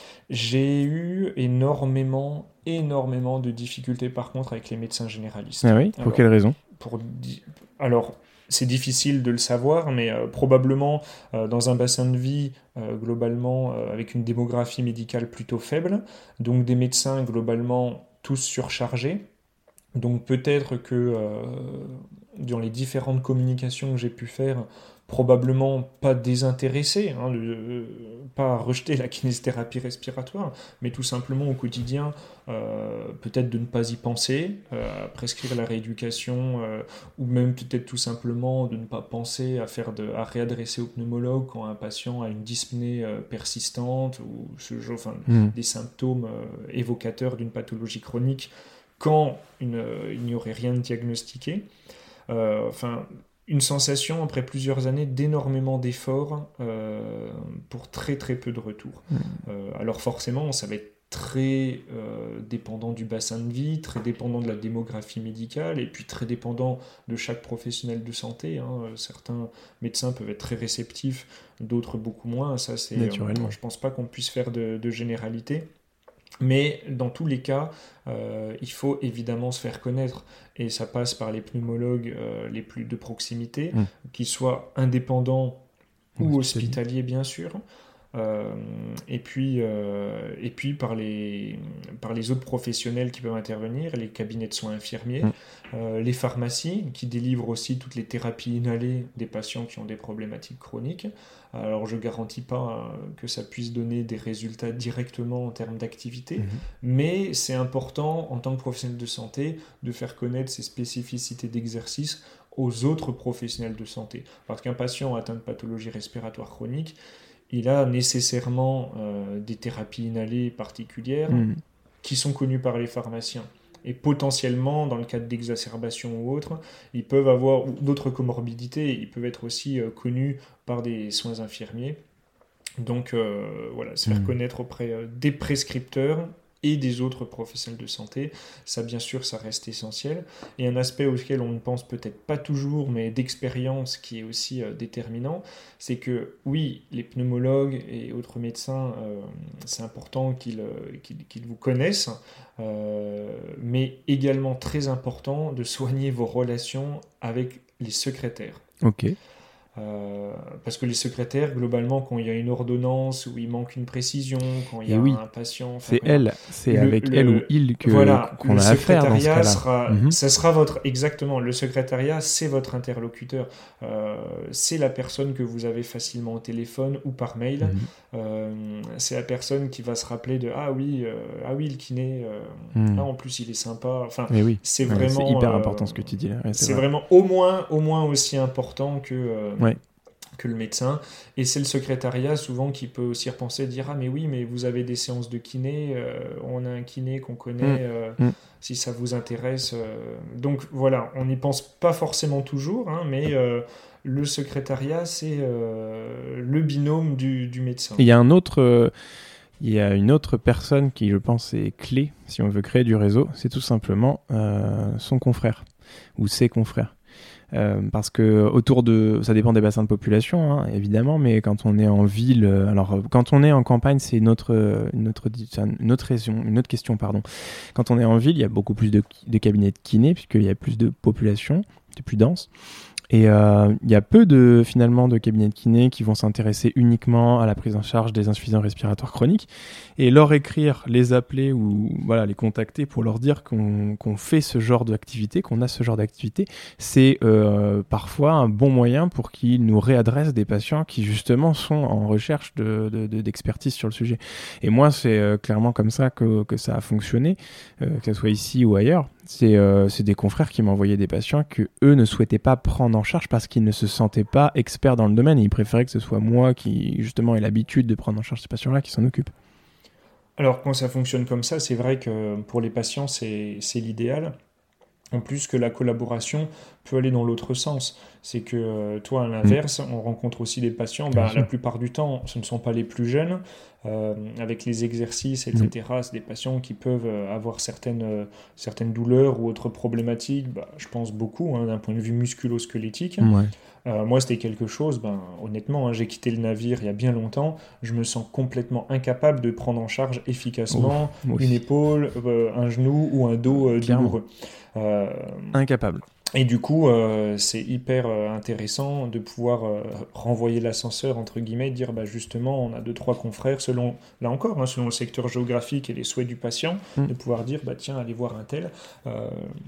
J'ai eu énormément, énormément de difficultés par contre avec les médecins généralistes. Ah oui, pour alors, quelle raison pour di... Alors, c'est difficile de le savoir, mais euh, probablement euh, dans un bassin de vie euh, globalement euh, avec une démographie médicale plutôt faible, donc des médecins globalement tous surchargés. Donc peut-être que euh, dans les différentes communications que j'ai pu faire, probablement pas désintéressé, hein, de, euh, pas rejeter la kinésithérapie respiratoire, mais tout simplement au quotidien, euh, peut-être de ne pas y penser, euh, à prescrire la rééducation, euh, ou même peut-être tout simplement de ne pas penser à, faire de, à réadresser au pneumologue quand un patient a une dyspnée euh, persistante, ou ce genre, enfin, mmh. des symptômes euh, évocateurs d'une pathologie chronique, quand une, euh, il n'y aurait rien de diagnostiqué. Euh, enfin... une sensation, après plusieurs années, d'énormément d'efforts euh, pour très très peu de retours. Mmh. Euh, alors forcément, ça va être très euh, dépendant du bassin de vie, très dépendant de la démographie médicale, et puis très dépendant de chaque professionnel de santé. Hein. Certains médecins peuvent être très réceptifs, d'autres beaucoup moins. Ça, c'est, Naturellement. Euh, je ne pense pas qu'on puisse faire de, de généralité. Mais dans tous les cas, euh, il faut évidemment se faire connaître. Et ça passe par les pneumologues euh, les plus de proximité, mmh. qu'ils soient indépendants ou hospitaliers, bien sûr. Euh, et, puis, euh, et puis par les, par les autres professionnels qui peuvent intervenir, les cabinets de soins infirmiers, mmh. euh, les pharmacies qui délivrent aussi toutes les thérapies inhalées des patients qui ont des problématiques chroniques. Alors je ne garantis pas euh, que ça puisse donner des résultats directement en termes d'activité, mmh. mais c'est important en tant que professionnel de santé de faire connaître ces spécificités d'exercice aux autres professionnels de santé. Parce qu'un patient atteint de pathologie respiratoire chronique, il a nécessairement euh, des thérapies inhalées particulières mmh. qui sont connues par les pharmaciens. Et potentiellement, dans le cas d'exacerbation ou autre, ils peuvent avoir d'autres comorbidités, ils peuvent être aussi euh, connus par des soins infirmiers. Donc euh, voilà, se faire mmh. connaître auprès euh, des prescripteurs et des autres professionnels de santé, ça bien sûr, ça reste essentiel. Et un aspect auquel on ne pense peut-être pas toujours, mais d'expérience qui est aussi euh, déterminant, c'est que oui, les pneumologues et autres médecins, euh, c'est important qu'ils, euh, qu'ils, qu'ils vous connaissent, euh, mais également très important de soigner vos relations avec les secrétaires. Ok. Euh, parce que les secrétaires, globalement, quand il y a une ordonnance où il manque une précision, quand il y a oui, un patient... C'est elle, c'est le, avec le, elle ou il que, voilà, qu'on a affaire dans ce cas-là. Sera, mm-hmm. Ça sera votre... Exactement, le secrétariat, c'est votre interlocuteur. Euh, c'est la personne que vous avez facilement au téléphone ou par mail. Mm-hmm. Euh, c'est la personne qui va se rappeler de « Ah oui, euh, ah oui le kiné, euh, mm. ah, en plus il est sympa. » Enfin, oui. c'est ouais, vraiment... C'est hyper euh, important ce que tu dis là. Ouais, c'est c'est vrai. vraiment au moins, au moins aussi important que... Euh, Ouais. que le médecin. Et c'est le secrétariat souvent qui peut aussi repenser, dire ah mais oui mais vous avez des séances de kiné, euh, on a un kiné qu'on connaît, euh, Mmh. si ça vous intéresse. euh. Donc voilà, on n'y pense pas forcément toujours, hein, mais euh, le secrétariat c'est euh, le binôme du, du médecin. Il y a un autre, euh, il y a une autre personne qui, je pense, est clé si on veut créer du réseau, c'est tout simplement euh, son confrère ou ses confrères. Euh, parce que autour de, ça dépend des bassins de population, hein, évidemment, mais quand on est en ville, euh, alors euh, quand on est en campagne, c'est une autre, euh, une autre, une autre raison, une autre question, pardon. Quand on est en ville, il y a beaucoup plus de, de cabinets de kiné puisqu'il y a plus de population, c'est plus dense. Et euh, il y a peu de, finalement, de cabinets de kiné qui vont s'intéresser uniquement à la prise en charge des insuffisants respiratoires chroniques et leur écrire, les appeler ou voilà, les contacter pour leur dire qu'on, qu'on fait ce genre d'activité, qu'on a ce genre d'activité, c'est euh, parfois un bon moyen pour qu'ils nous réadressent des patients qui justement sont en recherche de, de, de, d'expertise sur le sujet. Et moi, c'est euh, clairement comme ça que, que ça a fonctionné, euh, que ce soit ici ou ailleurs. C'est, euh, c'est des confrères qui m'envoyaient des patients que eux ne souhaitaient pas prendre en charge parce qu'ils ne se sentaient pas experts dans le domaine et ils préféraient que ce soit moi qui justement ai l'habitude de prendre en charge ces patients-là qui s'en occupent. Alors quand ça fonctionne comme ça, c'est vrai que pour les patients c'est, c'est l'idéal. En plus que la collaboration peut aller dans l'autre sens. C'est que euh, toi, à l'inverse, on rencontre aussi des patients, bah, la plupart du temps, ce ne sont pas les plus jeunes, euh, avec les exercices, et cetera. Mmh. C'est des patients qui peuvent avoir certaines, euh, certaines douleurs ou autres problématiques, bah, je pense beaucoup, hein, d'un point de vue musculo-squelettique. Ouais. Euh, moi, c'était quelque chose, ben, honnêtement, hein, j'ai quitté le navire il y a bien longtemps, je me sens complètement incapable de prendre en charge efficacement Ouf, une épaule, euh, un genou ou un dos euh, douloureux. Euh, Incapable. Et du coup, euh, c'est hyper euh, intéressant de pouvoir euh, renvoyer l'ascenseur, entre guillemets, et dire bah, justement, on a deux, trois confrères, selon, là encore, hein, selon le secteur géographique et les souhaits du patient, mmh. de pouvoir dire, bah, tiens, allez voir un tel. Euh,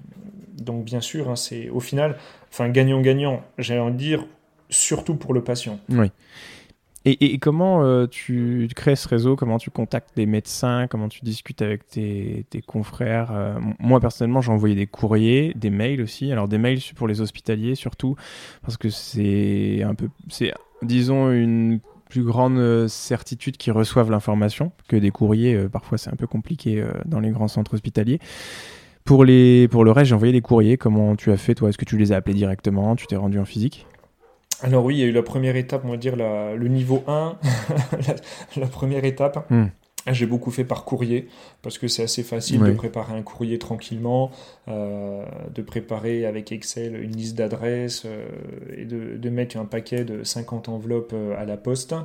donc, bien sûr, hein, c'est au final, enfin, gagnant-gagnant, j'ai envie de dire, surtout pour le patient. Oui. Et, et comment euh, tu crées ce réseau? Comment tu contactes des médecins? Comment tu discutes avec tes, tes confrères? euh, Moi, personnellement, j'ai envoyé des courriers, des mails aussi. Alors, des mails pour les hospitaliers, surtout, parce que c'est un peu... c'est, disons, une plus grande certitude qu'ils reçoivent l'information que des courriers. Euh, parfois, c'est un peu compliqué euh, dans les grands centres hospitaliers. Pour, les, pour le reste, j'ai envoyé des courriers. Comment tu as fait, toi? Est-ce que tu les as appelés directement? Tu t'es rendu en physique? Alors oui, il y a eu la première étape, on va dire la, le niveau un, la, la première étape. Mm. J'ai beaucoup fait par courrier, parce que c'est assez facile oui. de préparer un courrier tranquillement, euh, de préparer avec Excel une liste d'adresses euh, et de, de mettre un paquet de cinquante enveloppes à la poste,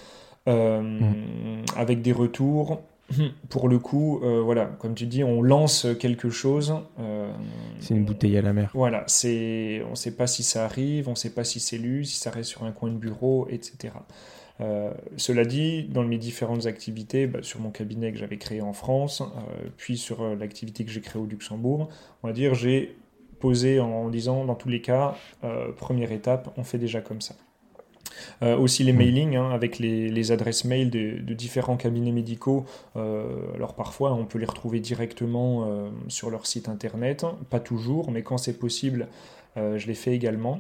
euh, mm. avec des retours. Pour le coup, euh, voilà, comme tu dis, on lance quelque chose. Euh, c'est une bouteille à la mer. Voilà, c'est, on ne sait pas si ça arrive, on ne sait pas si c'est lu, si ça reste sur un coin de bureau, et cetera. Euh, cela dit, dans mes différentes activités, bah, sur mon cabinet que j'avais créé en France, euh, puis sur euh, l'activité que j'ai créée au Luxembourg, on va dire, j'ai posé en disant, dans tous les cas, euh, première étape, on fait déjà comme ça. Euh, aussi les mailings, hein, avec les, les adresses mail de, de différents cabinets médicaux. Euh, alors parfois, on peut les retrouver directement euh, sur leur site internet. Pas toujours, mais quand c'est possible, euh, je les fais également.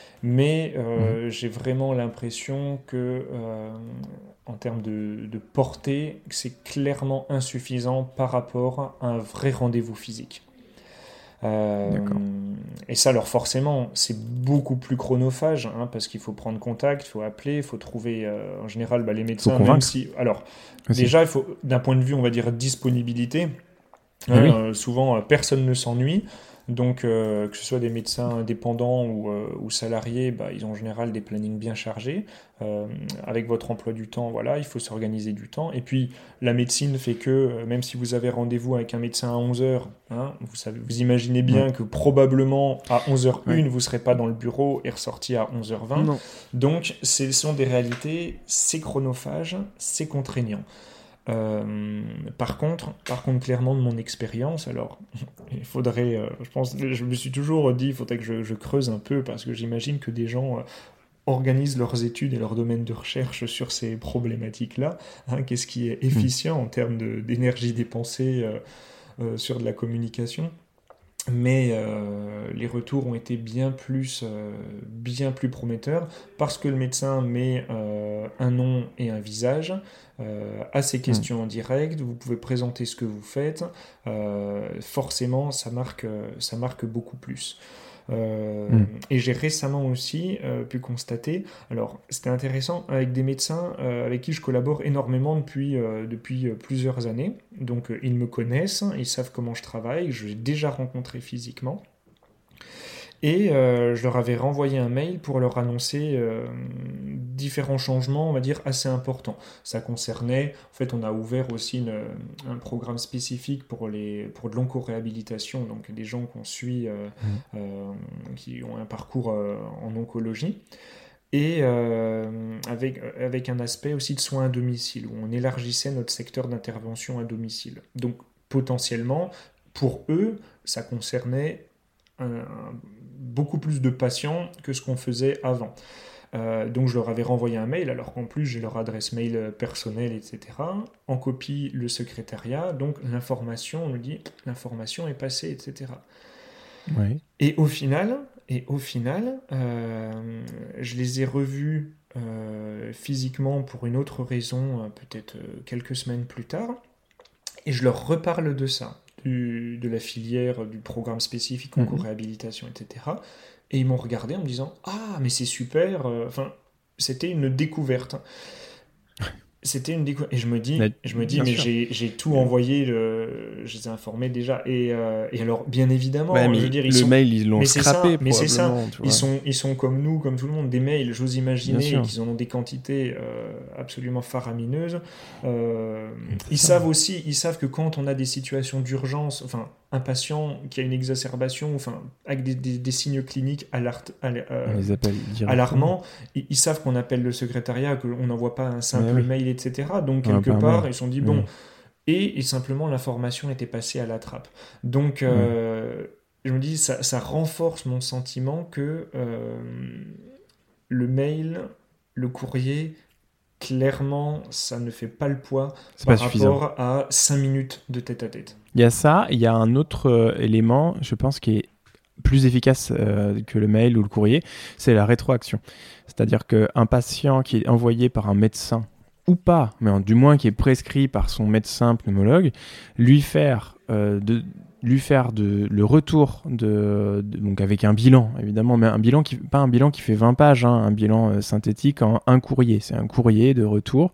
Mais euh, mmh. j'ai vraiment l'impression que, euh, en termes de, de portée, c'est clairement insuffisant par rapport à un vrai rendez-vous physique. Euh, et ça, alors forcément, c'est beaucoup plus chronophage, hein, parce qu'il faut prendre contact, il faut appeler, il faut trouver, euh, en général, bah, les médecins, même si... Alors, Aussi. déjà, il faut, d'un point de vue, on va dire, disponibilité, hein, oui. euh, souvent, euh, personne ne s'ennuie. Donc, euh, que ce soit des médecins indépendants ou, euh, ou salariés, bah, ils ont en général des plannings bien chargés. Euh, avec votre emploi du temps, voilà, il faut s'organiser du temps. Et puis, la médecine fait que, euh, même si vous avez rendez-vous avec un médecin à onze heures, hein, vous, savez, vous imaginez bien ouais. que probablement à onze heures une, ouais. vous ne serez pas dans le bureau et ressorti à onze heures vingt. Non. Donc, ce sont des réalités, c'est chronophage, c'est contraignant. Euh, par contre, par contre, clairement de mon expérience, alors il faudrait, euh, je pense, je me suis toujours dit, il faudrait que je, je creuse un peu parce que j'imagine que des gens euh, organisent leurs études et leur domaine de recherche sur ces problématiques-là. Hein, qu'est-ce qui est efficient mmh. en termes de, d'énergie dépensée euh, euh, sur de la communication? mais euh, les retours ont été bien plus, euh, bien plus prometteurs parce que le médecin met euh, un nom et un visage euh, à ces Mm. questions en direct. Vous pouvez présenter ce que vous faites. Euh, forcément, ça marque, ça marque beaucoup plus. Euh, Mm. et j'ai récemment aussi euh, pu constater, alors c'était intéressant, avec des médecins euh, avec qui je collabore énormément depuis, euh, depuis euh, plusieurs années. Donc euh, ils me connaissent, ils savent comment je travaille, je l'ai déjà rencontré physiquement. Et euh, je leur avais renvoyé un mail pour leur annoncer euh, différents changements, on va dire, assez importants. Ça concernait, en fait, on a ouvert aussi une, un programme spécifique pour, les, pour de l'oncoréhabilitation, donc des gens qu'on suit, euh, Mm. euh, qui ont un parcours euh, en oncologie, et euh, avec, avec un aspect aussi de soins à domicile, où on élargissait notre secteur d'intervention à domicile. Donc, potentiellement, pour eux, ça concernait un, un, beaucoup plus de patients que ce qu'on faisait avant. Euh, donc je leur avais renvoyé un mail, alors qu'en plus j'ai leur adresse mail personnelle, et cetera. En copie le secrétariat, donc l'information, on nous dit l'information est passée, et cetera. Ouais. Et au final, et au final, euh, je les ai revus euh, physiquement pour une autre raison, euh, peut-être euh, quelques semaines plus tard, et je leur reparle de ça, du, de la filière, du programme spécifique en Mm. co-réhabilitation, et cetera. Et ils m'ont regardé en me disant ah, mais c'est super, euh, enfin, c'était une découverte. C'était une découverte. Et je me dis, Bah, je me dis bien mais sûr. j'ai, j'ai tout Euh, envoyé, le... je les ai informés déjà. Et, euh, et alors, bien Ouais, évidemment, je veux mais dire, ils le sont. mail, ils l'ont Mais c'est ça, scrappé mais c'est ça. probablement, tu Ils vois. sont, ils sont comme nous, comme tout le monde, des mails. J'ose Bien imaginer sûr. qu'ils en ont des quantités euh, absolument faramineuses. Euh, C'est ils ça. savent aussi, ils savent que quand on a des situations d'urgence, enfin, un patient qui a une exacerbation, enfin, avec des, des, des signes cliniques alert, alert, On euh, les appelle directement. alarmants, ils, ils savent qu'on appelle le secrétariat, qu'on n'envoie pas un Mais simple oui, mail, et cetera. Donc, on n'a quelque pas un part, mail. ils se sont dit, Mm. bon, et, et simplement l'information était passée à la trappe. Donc, Ouais. euh, je me dis, ça, ça renforce mon sentiment que euh, le mail, le courrier, clairement, ça ne fait pas le poids C'est pas par suffisant. rapport à cinq minutes de tête à tête. Il y a ça, il y a un autre euh, élément, je pense, qui est plus efficace euh, que le mail ou le courrier, c'est la rétroaction. C'est-à-dire qu'un patient qui est envoyé par un médecin ou pas, mais en, du moins qui est prescrit par son médecin pneumologue, lui faire, euh, de, lui faire de, le retour, de, de, donc avec un bilan évidemment, mais un bilan qui, pas un bilan qui fait vingt pages, hein, un bilan euh, synthétique en un courrier. C'est un courrier de retour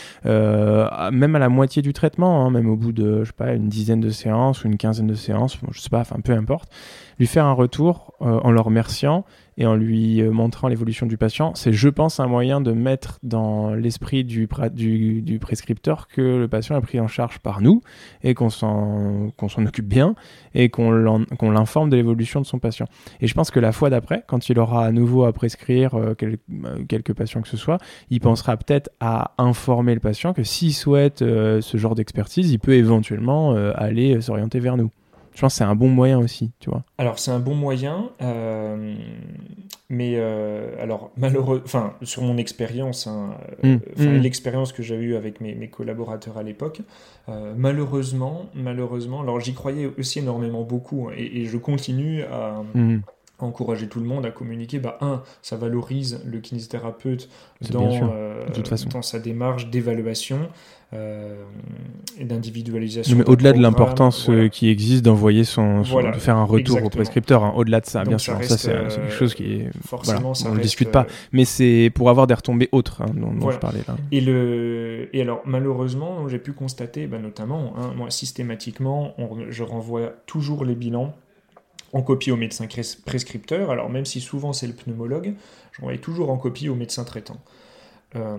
euh, même à la moitié du traitement, hein, même au bout de, je sais pas, une dizaine de séances ou une quinzaine de séances, bon, je sais pas, enfin peu importe, lui faire un retour euh, en le remerciant et en lui euh, montrant l'évolution du patient, c'est, je pense, un moyen de mettre dans l'esprit du, pra- du, du prescripteur que le patient est pris en charge par nous et qu'on s'en, qu'on s'en occupe bien et qu'on, l'en, qu'on l'informe de l'évolution de son patient. Et je pense que la fois d'après, quand il aura à nouveau à prescrire euh, quel, euh, quelques patients que ce soit, il pensera peut-être à informer le patient que s'il souhaite euh, ce genre d'expertise, il peut éventuellement euh, aller euh, s'orienter vers nous. Je pense que c'est un bon moyen aussi, tu vois. Alors, c'est un bon moyen, euh, mais euh, alors, malheureux, enfin, sur mon expérience, hein, euh, Mmh, enfin, et mmh. l'expérience que j'ai eue avec mes, mes collaborateurs à l'époque, euh, malheureusement, malheureusement, alors j'y croyais aussi énormément beaucoup, hein, et, et je continue à, Mmh. encourager tout le monde à communiquer. Bah, un, ça valorise le kinésithérapeute C'est bien dans, sûr, euh, de toute façon. dans sa démarche d'évaluation euh, et Non, d'individualisation mais d'un au-delà de programme. l'importance euh, Voilà. qui existe d'envoyer son, son- de Voilà, faire un retour au exactement. prescripteur, hein, au-delà de ça, bien Donc ça sûr, ça reste, c'est, c'est quelque euh, chose qui est, voilà, forcément, ça on le reste, discute pas, euh, mais c'est pour avoir des retombées autres hein, dont, dont je voilà. parlais là. Et, le, et alors, malheureusement, j'ai pu constater, bah, notamment, hein, moi, systématiquement, on- je renvoie toujours les bilans en copie au médecin cres- prescripteur. Alors, même si souvent c'est le pneumologue, je renvoie toujours en copie au médecin traitant. Euh,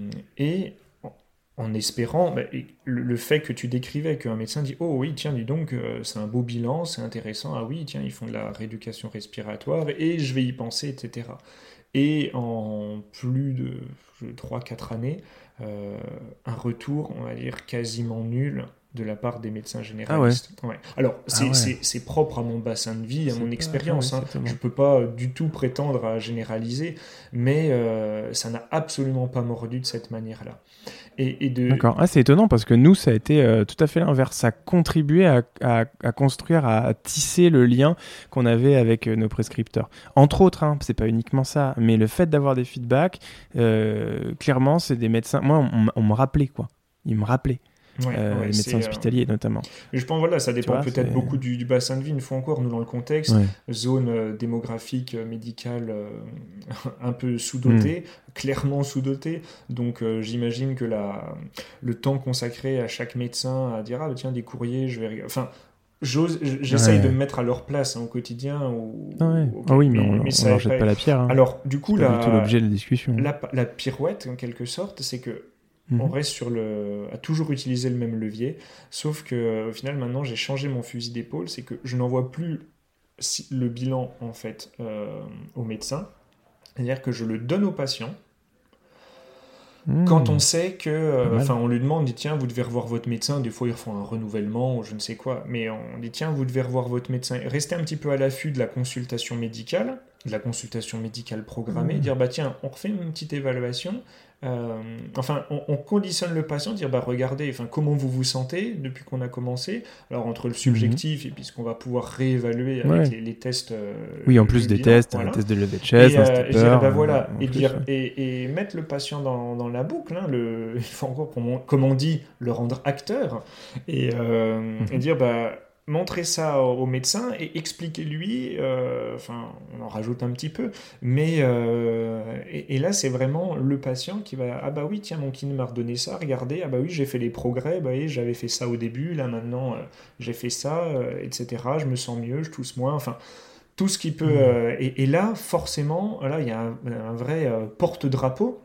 et en- en espérant, bah, et le, le fait que tu décrivais qu'un médecin dit oh oui, tiens, dis donc, euh, c'est un beau bilan, c'est intéressant, ah oui, tiens, ils font de la rééducation respiratoire et je vais y penser, et cetera. Et en plus de trois quatre années, euh, un retour, on va dire, quasiment nul de la part des médecins généralistes. Ah ouais. Ouais. Alors, c'est, ah ouais. c'est, c'est propre à mon bassin de vie, à c'est mon expérience. Hein. Je ne peux pas du tout prétendre à généraliser, mais euh, ça n'a absolument pas mordu de cette manière-là. Et, et de... D'accord. Ah, c'est étonnant parce que nous, ça a été euh, tout à fait l'inverse. Ça contribuait à, à, à construire, à tisser le lien qu'on avait avec euh, nos prescripteurs. Entre autres, hein, c'est pas uniquement ça, mais le fait d'avoir des feedbacks, euh, clairement, c'est des médecins. Moi, on, on, on me rappelait, quoi. Ils me rappelaient. Ouais, euh, ouais, les médecins hospitaliers euh... notamment. Mais je pense voilà, ça dépend vois, peut-être c'est... beaucoup du, du bassin de vie. Une fois encore, nous dans le contexte, ouais. zone euh, démographique euh, médicale euh, un peu sous-dotée, mm. clairement sous-dotée. Donc euh, j'imagine que la, le temps consacré à chaque médecin à dire ah tiens des courriers, je vais enfin. J'ose, j'essaye ouais. de me mettre à leur place hein, au quotidien. Ou, ah, ouais. ou, ah oui, mais, mais, on, mais on leur jette pas... pas la pierre. Hein. Alors, du coup, c'est la, pas du tout l'objet de la discussion. La, la pirouette, en quelque sorte, c'est que mm-hmm. on reste sur le, à toujours utiliser le même levier, sauf que au final, maintenant, j'ai changé mon fusil d'épaule, c'est que je n'envoie plus le bilan en fait euh, au médecin, c'est-à-dire que je le donne au patient. Mmh. Quand on sait que, enfin, euh, on lui demande, on dit tiens, vous devez revoir votre médecin. Des fois, ils font un renouvellement ou je ne sais quoi, mais on dit tiens, vous devez revoir votre médecin. Restez un petit peu à l'affût de la consultation médicale, de la consultation médicale programmée, mmh. dire bah tiens, on refait une petite évaluation. Euh, enfin, on, on conditionne le patient, dire bah regardez, enfin comment vous vous sentez depuis qu'on a commencé. Alors entre le subjectif mmh. et puis ce qu'on va pouvoir réévaluer avec ouais. les, les tests. Euh, oui, en plus des bilan, tests, voilà. un test de levée de chaise, et, un euh, stepper, dirais, bah, voilà, euh, et, plus, dire, ouais. et, et mettre le patient dans, dans la boucle. Hein, le, il faut encore, comme on dit, le rendre acteur et, euh, mmh. et dire bah montrer ça au, au médecin et expliquer-lui, euh, enfin, on en rajoute un petit peu, mais euh, et, et là, c'est vraiment le patient qui va, ah bah oui, tiens, mon kiné m'a redonné ça, regardez, ah bah oui, j'ai fait les progrès, bah oui, j'avais fait ça au début, là maintenant, euh, j'ai fait ça, euh, et cetera, je me sens mieux, je tousse moins, enfin, tout ce qui peut, euh, et, et là, forcément, là, il y a un, un vrai euh, porte-drapeau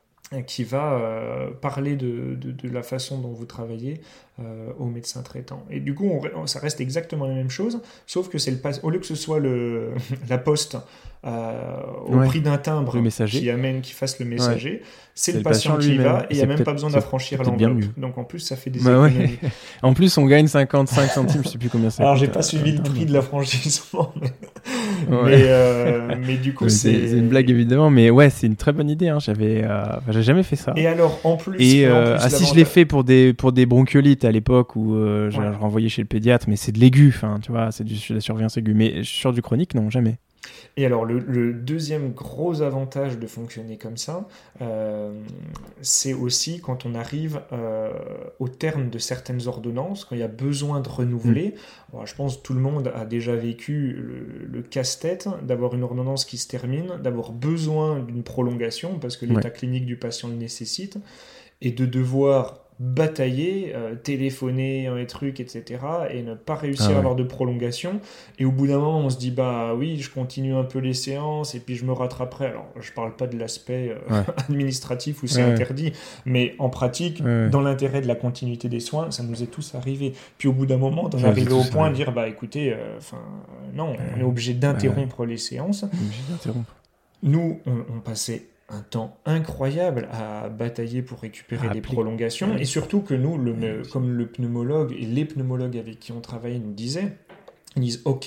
qui va euh, parler de, de, de la façon dont vous travaillez euh, au médecin traitant. Et du coup, on, ça reste exactement la même chose, sauf que c'est le pas, au lieu que ce soit le, la poste euh, au ouais. prix d'un timbre qui amène, qui fasse le messager, ouais. c'est, c'est le patient, patient qui y va et il n'y a même pas besoin d'affranchir l'enveloppe. Donc en plus, ça fait des bah économies. Ouais. En plus, on gagne cinquante-cinq centimes, je ne sais plus combien c'est. Alors, j'ai pas suivi le prix de l'affranchissement, mais... Ouais. Mais, euh, mais du coup, c'est... c'est... c'est une blague évidemment, mais ouais, c'est une très bonne idée. Hein. J'avais, euh... enfin, j'ai jamais fait ça. Et alors, en plus, et euh... en plus, ah, si je l'ai fait pour des pour des bronchiolites à l'époque où euh, je, ouais. je renvoyais chez le pédiatre, mais c'est de l'aigu, enfin, tu vois, c'est du, de la surveillance aiguë. Mais sur du chronique, non, jamais. Et alors, le, le deuxième gros avantage de fonctionner comme ça, euh, c'est aussi quand on arrive euh, au terme de certaines ordonnances, quand il y a besoin de renouveler. Mmh. Alors, je pense que tout le monde a déjà vécu le, le casse-tête d'avoir une ordonnance qui se termine, d'avoir besoin d'une prolongation parce que l'état ouais. clinique du patient le nécessite, et de devoir batailler, euh, téléphoner, un truc, et cetera, et ne pas réussir ah ouais. à avoir de prolongation. Et au bout d'un moment, on se dit, bah oui, je continue un peu les séances, et puis je me rattraperai. Alors, je parle pas de l'aspect euh, ouais. administratif où c'est ouais. interdit, mais en pratique, ouais. dans l'intérêt de la continuité des soins, ça nous est tous arrivé. Puis au bout d'un moment, d'en arriver au point de dire, bah écoutez, enfin, euh, non, ouais. on est obligé d'interrompre ouais. les séances. Obligé d'interrompre. Nous, on, on passait un temps incroyable à batailler pour récupérer ah, des applique. prolongations, ouais. et surtout que nous, le, ouais, comme le pneumologue et les pneumologues avec qui on travaillait nous disaient, ils disent « Ok,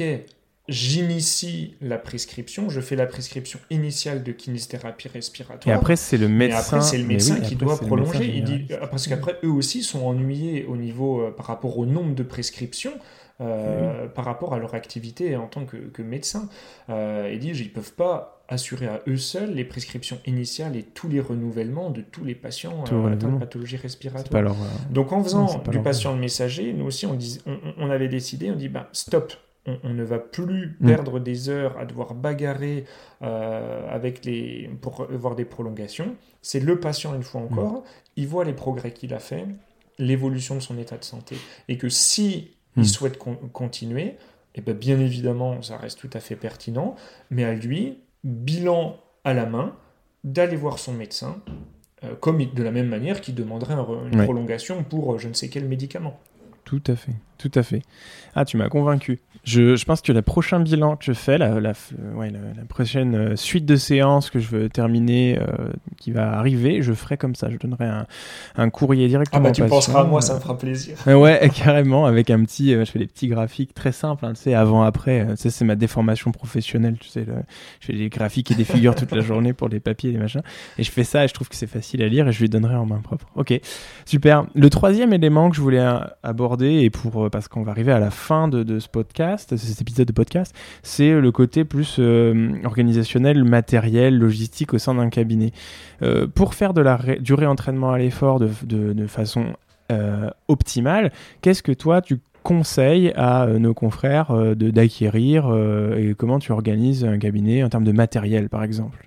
j'initie la prescription, je fais la prescription initiale de kinésithérapie respiratoire. » Et après, c'est le médecin, après, c'est le médecin oui, qui après, doit prolonger. Il dit, général. parce qu'après, eux aussi sont ennuyés au niveau, euh, par rapport au nombre de prescriptions, euh, oui. par rapport à leur activité en tant que, que médecin. Euh, ils disent, ils ne peuvent pas assurer à eux seuls les prescriptions initiales et tous les renouvellements de tous les patients euh, atteints de pathologie respiratoire. Leur, euh... Donc en faisant non, du patient le messager, nous aussi on, dis, on, on avait décidé, on dit bah, stop, on, on ne va plus mm. perdre des heures à devoir bagarrer euh, avec les, pour avoir des prolongations. C'est le patient une fois encore, mm. il voit les progrès qu'il a fait, l'évolution de son état de santé, et que si mm. il souhaite con- continuer, et ben bien évidemment ça reste tout à fait pertinent, mais à lui, bilan à la main, d'aller voir son médecin, euh, comme de la même manière qu'il demanderait un, une ouais. prolongation pour euh, je ne sais quel médicament. Tout à fait. Tout à fait. Ah, tu m'as convaincu. Je, je pense que le prochain bilan que je fais, la, la, ouais, la, la prochaine euh, suite de séances que je veux terminer, euh, qui va arriver, je ferai comme ça. Je donnerai un, un courrier directement. Ah bah tu patient, penseras à moi, euh, ça me fera plaisir. Euh, ouais, carrément, avec un petit... Euh, je fais des petits graphiques très simples, hein, tu sais, avant-après. Euh, ça, c'est ma déformation professionnelle, tu sais. Le, je fais des graphiques et des figures toute la journée pour les papiers et les machins. Et je fais ça et je trouve que c'est facile à lire et je lui donnerai en main propre. Ok, super. Le troisième élément que je voulais euh, aborder, et pour, euh, parce qu'on va arriver à la fin de, de ce podcast, de cet épisode de podcast, c'est le côté plus euh, organisationnel, matériel, logistique au sein d'un cabinet. Euh, pour faire de la ré- du réentraînement à l'effort de, de, de façon euh, optimale, qu'est-ce que toi tu conseilles à euh, nos confrères euh, de, d'acquérir euh, et comment tu organises un cabinet en termes de matériel par exemple?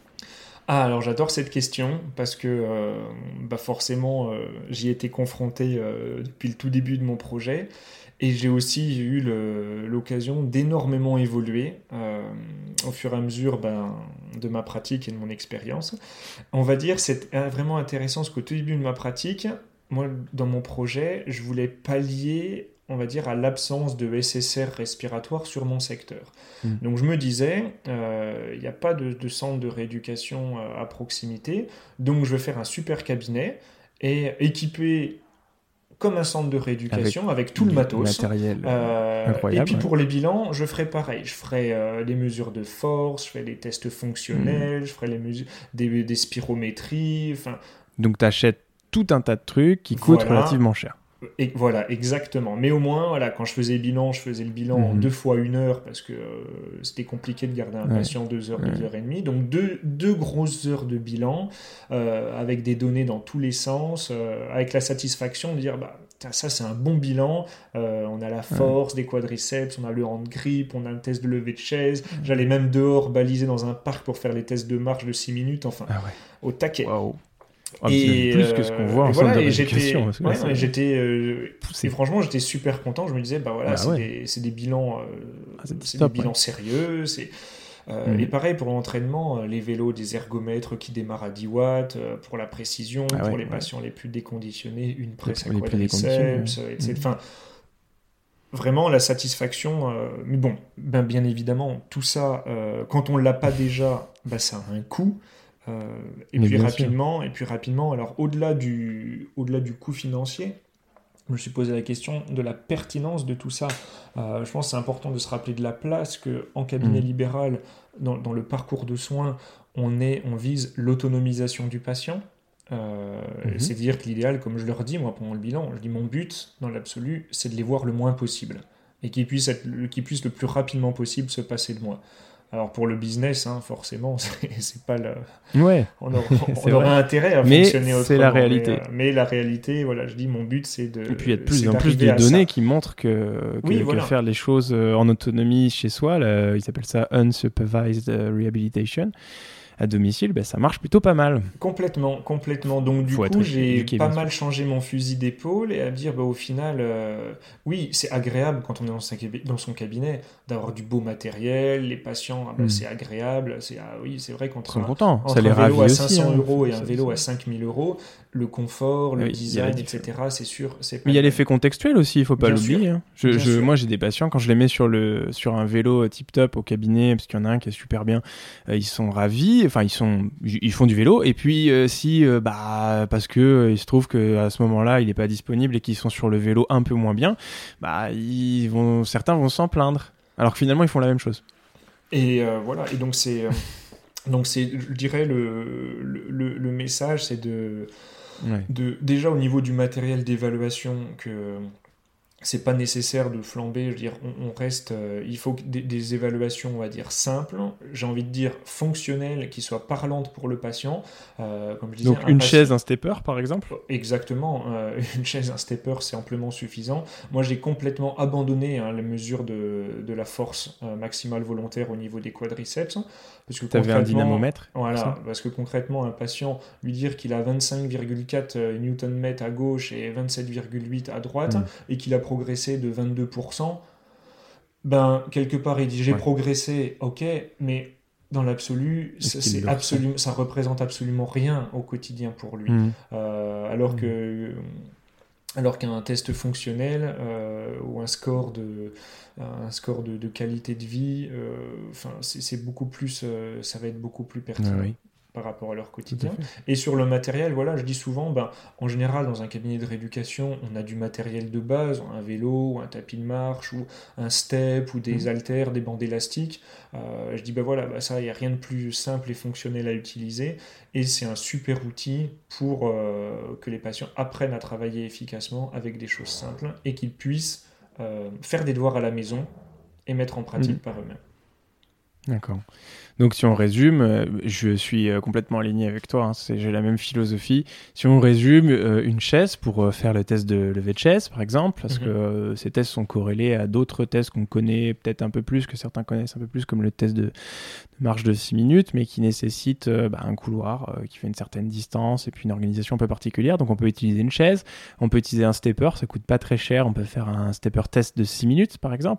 Ah, alors j'adore cette question parce que euh, bah forcément euh, j'y ai été confronté euh, depuis le tout début de mon projet et j'ai aussi eu le- l'occasion d'énormément évoluer euh, au fur et à mesure ben, de ma pratique et de mon expérience. On va dire c'est euh, vraiment intéressant parce qu'au tout début de ma pratique, moi dans mon projet, je voulais pallier on va dire à l'absence de S S R respiratoire sur mon secteur. Mm. Donc je me disais, euh, il n'y a pas de, de centre de rééducation euh, à proximité, donc je vais faire un super cabinet et équipé comme un centre de rééducation avec, avec tout le matos. Matériel Euh, incroyable. Et puis ouais. pour les bilans, je ferai pareil. Je ferai euh, les mesures de force, je ferai les tests fonctionnels, mmh. je ferai les mesures, des, des spirométries. Enfin. Donc tu achètes tout un tas de trucs qui coûtent voilà. relativement cher. Et voilà, exactement. Mais au moins, voilà, quand je faisais le bilan, je faisais le bilan mmh. en deux fois une heure parce que euh, c'était compliqué de garder un ouais. patient deux heures, ouais. deux heures et demie. Donc deux, deux grosses heures de bilan euh, avec des données dans tous les sens, euh, avec la satisfaction de dire bah ça c'est un bon bilan. Euh, on a la force ouais. des quadriceps, on a le hand grip, on a un test de levée de chaise. Mmh. J'allais même dehors baliser dans un parc pour faire les tests de marche de six minutes. Enfin, ah ouais. au taquet. Wow. Oh, et plus que ce qu'on voit en voilà, centre de rééducation. J'étais, ouais, j'étais euh, et franchement, j'étais super content. Je me disais, bah voilà, bah, c'est, ouais. des, c'est des bilans, euh, ah, c'est, c'est top, des bilans ouais. sérieux. C'est, euh, mm. Et pareil pour l'entraînement, les vélos, des ergomètres qui démarrent à dix watts euh, pour la précision, ah, pour ouais, les ouais. patients les plus déconditionnés, une presse à quadriceps, ouais. et cetera. Enfin, mm. vraiment la satisfaction. Euh, mais bon, ben, bien évidemment, tout ça, euh, quand on l'a pas déjà, bah, ça a un coût. Euh, et Mais puis rapidement, sûr. et puis rapidement, alors au-delà du, au-delà du coût financier, je me suis posé la question de la pertinence de tout ça. Euh, je pense que c'est important de se rappeler de la place que en cabinet mmh. libéral, dans, dans le parcours de soins, on est, on vise l'autonomisation du patient. Euh, mmh. C'est-à-dire que l'idéal, comme je leur dis moi pendant le bilan, je dis mon but dans l'absolu, c'est de les voir le moins possible et qu'ils puissent être, qu'ils puissent le plus rapidement possible se passer de moi. Alors pour le business, hein, forcément, c'est, c'est pas le. Ouais. On, a, on aurait intérêt à mais fonctionner autrement. C'est la réalité. Mais, euh, mais la réalité, voilà, je dis, mon but, c'est de. Et puis il y a de plus en plus de données ça. Qui montrent que, que, oui, voilà. que faire les choses en autonomie chez soi, là, ils appellent ça unsupervised rehabilitation. À domicile, ben, ça marche plutôt pas mal. Complètement, complètement. Donc du Faut coup, j'ai pas mal changé mon fusil d'épaule et à dire, bah, au final, euh, oui, c'est agréable quand on est dans son, dans son cabinet d'avoir du beau matériel, les patients, ah, bah, mm. c'est agréable. C'est, ah, oui, c'est vrai qu'entre un, entre ça les un vélo à cinq cents aussi, euros hein. et un vélo à cinq mille euros, le confort, le oui, design, et cetera, c'est sûr. C'est Mais il y a l'effet contextuel aussi, il faut pas Bien l'oublier. Hein. Je, je, moi, j'ai des patients, quand je les mets sur, le, sur un vélo tip-top au cabinet, parce qu'il y en a un qui est super bien, euh, ils sont ravis. Enfin, ils sont, ils font du vélo. Et puis, euh, si, euh, bah, parce que euh, il se trouve que à ce moment-là, il n'est pas disponible et qu'ils sont sur le vélo un peu moins bien, bah, ils vont, certains vont s'en plaindre. Alors que finalement, ils font la même chose. Et euh, voilà. Et donc c'est, euh, donc c'est, je dirais le, le, le message, c'est de, ouais. de, déjà au niveau du matériel d'évaluation que. C'est pas nécessaire de flamber, je veux dire, on, on reste, euh, il faut des, des évaluations, on va dire, simples, j'ai envie de dire fonctionnelles, qui soient parlantes pour le patient. Euh, comme je disais, Donc une patient... chaise, un stepper, par exemple ? Exactement, euh, une chaise, un stepper, c'est amplement suffisant. Moi, j'ai complètement abandonné hein, les mesures de, de la force euh, maximale volontaire au niveau des quadriceps. Parce que t'avais un dynamomètre ? Voilà, parce que concrètement, un patient, lui dire qu'il a vingt-cinq virgule quatre newton-mètres à gauche et vingt-sept virgule huit à droite, mmh. et qu'il a progressé de vingt-deux pour cent, ben, quelque part, il dit, j'ai ouais. progressé, ok, mais dans l'absolu, ça, c'est absolument, ça représente absolument rien au quotidien pour lui. Mmh. Euh, alors mmh. que... Alors qu'un test fonctionnel euh, ou un score de, un score de, de qualité de vie, euh, enfin, c'est, c'est beaucoup plus, euh, ça va être beaucoup plus Ah pertinent oui, par rapport à leur tout à quotidien. fait. Et sur le matériel, voilà, je dis souvent, ben, en général, dans un cabinet de rééducation, on a du matériel de base, un vélo, ou un tapis de marche, ou un step, ou des Mhm. haltères, des bandes élastiques. Euh, je dis, ben voilà, ben ça, il n'y a rien de plus simple et fonctionnel à utiliser. Et c'est un super outil pour euh, que les patients apprennent à travailler efficacement avec des choses simples et qu'ils puissent euh, faire des devoirs à la maison et mettre en Mhm. pratique par eux-mêmes. D'accord. Donc si on résume, euh, je suis euh, complètement aligné avec toi, hein, c'est, j'ai la même philosophie. Si on résume, euh, une chaise pour euh, faire le test de levée de chaise, par exemple, parce que Mhm. euh, ces tests sont corrélés à d'autres tests qu'on connaît peut-être un peu plus, que certains connaissent un peu plus, comme le test de, de marche de six minutes, mais qui nécessite euh, bah, un couloir euh, qui fait une certaine distance et puis une organisation un peu particulière. Donc on peut utiliser une chaise, on peut utiliser un stepper, ça coûte pas très cher, on peut faire un stepper test de six minutes, par exemple.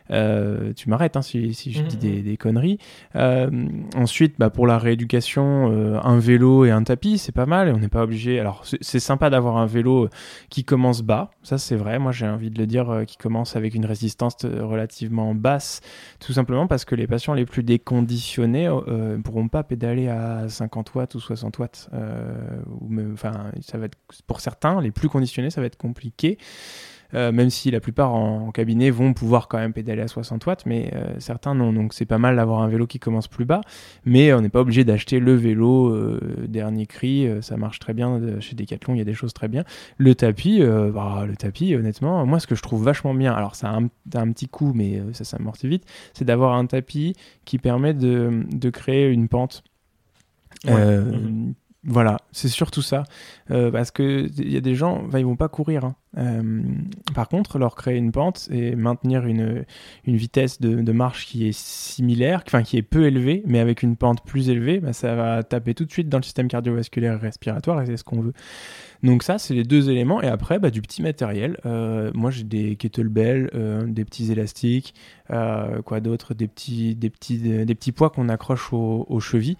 Euh, tu m'arrêtes hein, si, si je dis des, Mhm. des conneries. Euh, ensuite, bah, pour la rééducation, euh, un vélo et un tapis, c'est pas mal. Et on n'est pas obligé. Alors, c'est, c'est sympa d'avoir un vélo qui commence bas. Ça, c'est vrai. Moi, j'ai envie de le dire, euh, qui commence avec une résistance euh, relativement basse, tout simplement parce que les patients les plus déconditionnés euh, ne pourront pas pédaler à cinquante watts ou soixante watts. Euh, ou même, enfin, ça va être, pour certains, les plus conditionnés, ça va être compliqué. Euh, même si la plupart en, en cabinet vont pouvoir quand même pédaler à soixante watts, mais euh, certains non. Donc c'est pas mal d'avoir un vélo qui commence plus bas, mais on n'est pas obligé d'acheter le vélo euh, dernier cri. Euh, ça marche très bien de, chez Decathlon, il y a des choses très bien. Le tapis, euh, bah, le tapis, honnêtement, moi ce que je trouve vachement bien, alors ça a un, un petit coup, mais euh, ça s'amortit vite, c'est d'avoir un tapis qui permet de, de créer une pente. Ouais. Euh, Mhm. voilà, c'est surtout ça. Euh, parce que il y a des gens, bah, ils vont pas courir, hein. Euh, par contre, leur créer une pente et maintenir une, une vitesse de, de marche qui est similaire, enfin qui est peu élevée, mais avec une pente plus élevée, bah, ça va taper tout de suite dans le système cardiovasculaire et respiratoire et c'est ce qu'on veut. Donc ça, c'est les deux éléments. Et après, bah, du petit matériel. Euh, moi, j'ai des kettlebells, euh, des petits élastiques, euh, quoi d'autre, des petits, des petits, des petits poids qu'on accroche aux, aux chevilles.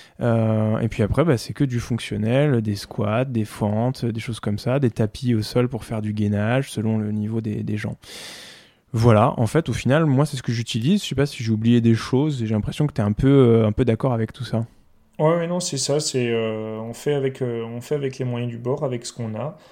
Euh, et puis après, bah, c'est que du fonctionnel, des squats, des fentes, des choses comme ça, des tapis au sol pour faire du gainage selon le niveau des, des gens. Voilà, en fait, au final, moi, c'est ce que j'utilise. Je sais pas si j'ai oublié des choses et j'ai l'impression que tu es un peu, euh, un peu d'accord avec tout ça. Ouais, ouais, non, c'est ça. C'est euh, on fait avec, euh, on fait avec les moyens du bord, avec ce qu'on a.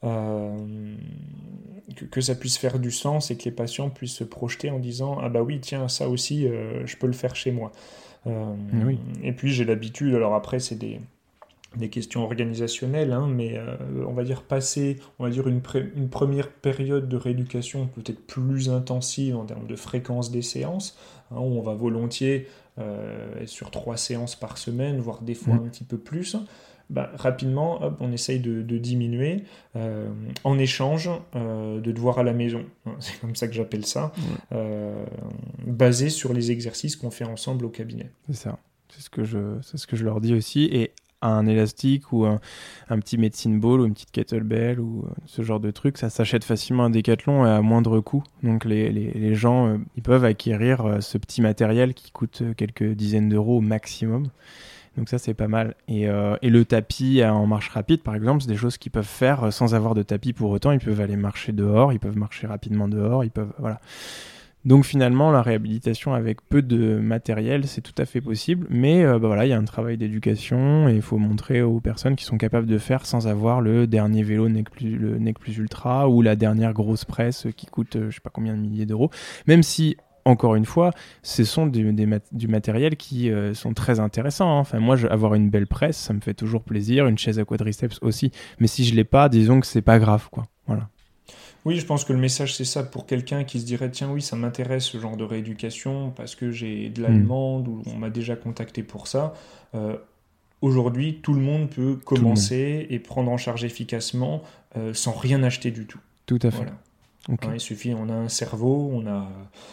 Euh, que, que ça puisse faire du sens et que les patients puissent se projeter en disant ah bah oui tiens ça aussi euh, je peux le faire chez moi. Euh, Oui. et puis j'ai l'habitude alors après c'est des des questions organisationnelles, hein, mais euh, on va dire passer, on va dire une, pré- une première période de rééducation peut-être plus intensive en termes de fréquence des séances, hein, où on va volontiers euh, être sur trois séances par semaine, voire des fois Mm. un petit peu plus. Bah, rapidement, hop, on essaye de, de diminuer euh, en échange euh, de devoirs à la maison. C'est comme ça que j'appelle ça, Ouais, euh, basé sur les exercices qu'on fait ensemble au cabinet. c'est ça. C'est ce que je, c'est ce que je leur dis aussi. Et un élastique ou un, un petit medicine ball ou une petite kettlebell ou euh, ce genre de truc, ça s'achète facilement à Decathlon et à moindre coût. Donc les, les, les gens, euh, ils peuvent acquérir euh, ce petit matériel qui coûte euh, quelques dizaines d'euros au maximum. Donc ça, c'est pas mal. Et, euh, et le tapis en marche rapide, par exemple, c'est des choses qu'ils peuvent faire euh, sans avoir de tapis pour autant. Ils peuvent aller marcher dehors, ils peuvent marcher rapidement dehors, ils peuvent... Voilà. Donc finalement, la réhabilitation avec peu de matériel, c'est tout à fait possible. Mais euh, bah voilà, il y a un travail d'éducation et il faut montrer aux personnes qui sont capables de faire sans avoir le dernier vélo Nec Plus, le Nec Plus Ultra ou la dernière grosse presse qui coûte euh, je sais pas combien de milliers d'euros. Même si, encore une fois, ce sont du, des mat- du matériel qui euh, sont très intéressants, hein. Enfin, moi, je, avoir une belle presse, ça me fait toujours plaisir. Une chaise à quadriceps aussi. Mais si je l'ai pas, disons que c'est pas grave, quoi. Voilà. Oui, je pense que le message, c'est ça pour quelqu'un qui se dirait, tiens, oui, ça m'intéresse ce genre de rééducation parce que j'ai de la Hmm. demande ou on m'a déjà contacté pour ça. Euh, Aujourd'hui, tout le monde peut Tout le monde. commencer et prendre en charge efficacement euh, sans rien acheter du tout. Tout à fait. Voilà. Ok. Hein, il suffit, on a un cerveau, on a,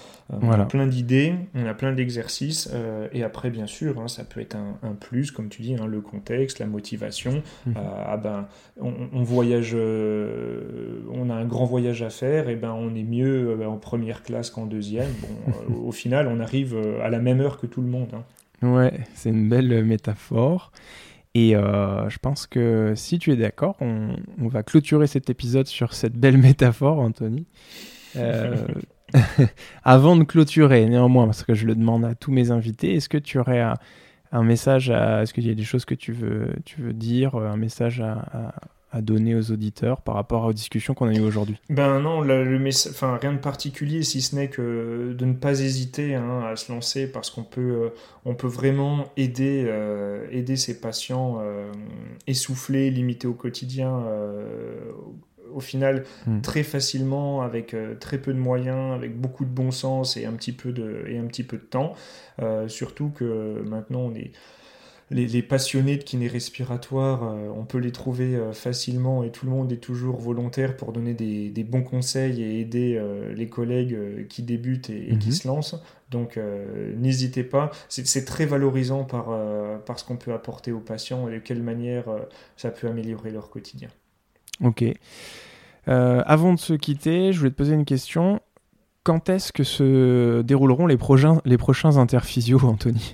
on a Voilà. plein d'idées, on a plein d'exercices, euh, et après, bien sûr, hein, ça peut être un, un plus, comme tu dis, hein, le contexte, la motivation. Mhm. Euh, ah ben, on, on voyage, euh, on a un grand voyage à faire, et ben, on est mieux euh, en première classe qu'en deuxième. Bon, euh, au final, on arrive euh, à la même heure que tout le monde, hein. Ouais, c'est une belle métaphore. Et euh, je pense que si tu es d'accord, on, on va clôturer cet épisode sur cette belle métaphore, Anthony. Euh, avant de clôturer, néanmoins, parce que je le demande à tous mes invités, est-ce que tu aurais un, un message à... Est-ce qu'il y a des choses que tu veux, tu veux dire, un message à... à à donner aux auditeurs par rapport aux discussions qu'on a eues aujourd'hui? Ben non, le, le messa- enfin, rien de particulier, si ce n'est que de ne pas hésiter hein, à se lancer, parce qu'on peut, euh, on peut vraiment aider, euh, aider ces patients euh, essoufflés, limités au quotidien, euh, au final, Mm. très facilement, avec euh, très peu de moyens, avec beaucoup de bon sens et un petit peu de, et un petit peu de temps. Euh, surtout que maintenant, on est Les, les passionnés de kiné respiratoire, euh, on peut les trouver euh, facilement et tout le monde est toujours volontaire pour donner des, des bons conseils et aider euh, les collègues euh, qui débutent et, et qui Mhm. se lancent. Donc euh, n'hésitez pas, c'est, c'est très valorisant par, euh, par ce qu'on peut apporter aux patients et de quelle manière euh, ça peut améliorer leur quotidien. Ok. Euh, avant de se quitter, je voulais te poser une question. Quand est-ce que se dérouleront les prochains, les prochains interphysios, Anthony?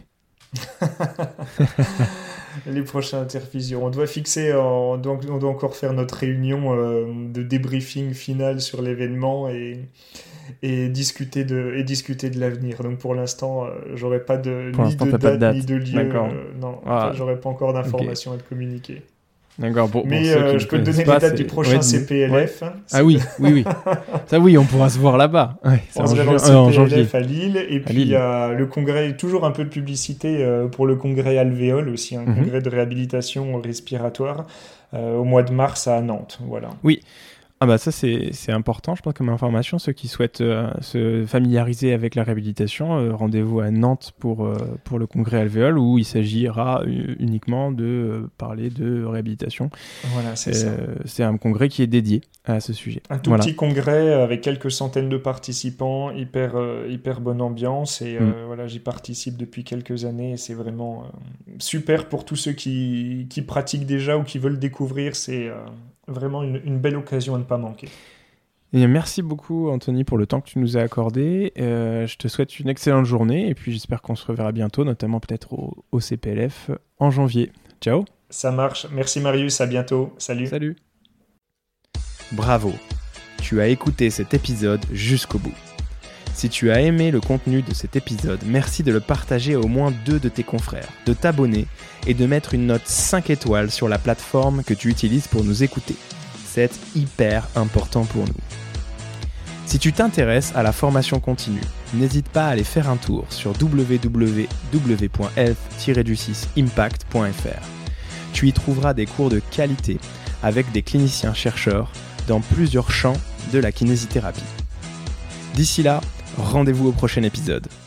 Les prochains interphysios. On doit fixer, en- on doit, on doit encore faire notre réunion euh, de débriefing final sur l'événement et, et discuter de, et discuter de l'avenir. Donc pour l'instant, euh, j'aurai pas de, Pour ni l'instant, de t'as pas de date, date. ni de lieu. D'accord. euh, non, Ah. j'aurai pas encore d'informations à te communiquer. D'accord. Pour, Mais pour ceux euh, qui je ne peux te connaissent donner pas, les dates c'est- du prochain ouais, dis-nous. C P L F. Ouais. Ah oui, oui, oui. Ça oui, on pourra se voir là-bas. Ouais, c'est On en, se verra au ju- euh, en C P L F janvier. à Lille. Et puis Lille. il y a le congrès, toujours un peu de publicité euh, pour le congrès Alvéole, aussi un Mhm. congrès de réhabilitation respiratoire euh, au mois de mars à Nantes. Voilà. Ah bah ça c'est, c'est important, je pense, comme information. Ceux qui souhaitent euh, se familiariser avec la réhabilitation, euh, rendez-vous à Nantes pour, euh, pour le congrès Alvéole, où il s'agira euh, uniquement de euh, parler de réhabilitation. Voilà, c'est ça. Euh, c'est un congrès qui est dédié à ce sujet. Un tout Voilà. petit congrès avec quelques centaines de participants, hyper, euh, hyper bonne ambiance. Et euh, voilà, j'y participe depuis quelques années et c'est vraiment euh, super pour tous ceux qui, qui pratiquent déjà ou qui veulent découvrir. C'est euh, vraiment une, une belle occasion à ne pas manquer. Et merci beaucoup Anthony pour le temps que tu nous as accordé. Euh, je te souhaite une excellente journée et puis j'espère qu'on se reverra bientôt, notamment peut-être au, au C P L F en janvier. Ciao. Ça marche. Merci Marius, à bientôt. Salut. Salut. Bravo, tu as écouté cet épisode jusqu'au bout. Si tu as aimé le contenu de cet épisode, merci de le partager à au moins deux de tes confrères, de t'abonner et de mettre une note cinq étoiles sur la plateforme que tu utilises pour nous écouter. C'est hyper important pour nous. Si tu t'intéresses à la formation continue, n'hésite pas à aller faire un tour sur w w w point health tiret six impact point f r. Tu y trouveras des cours de qualité avec des cliniciens chercheurs dans plusieurs champs de la kinésithérapie. D'ici là, rendez-vous au prochain épisode.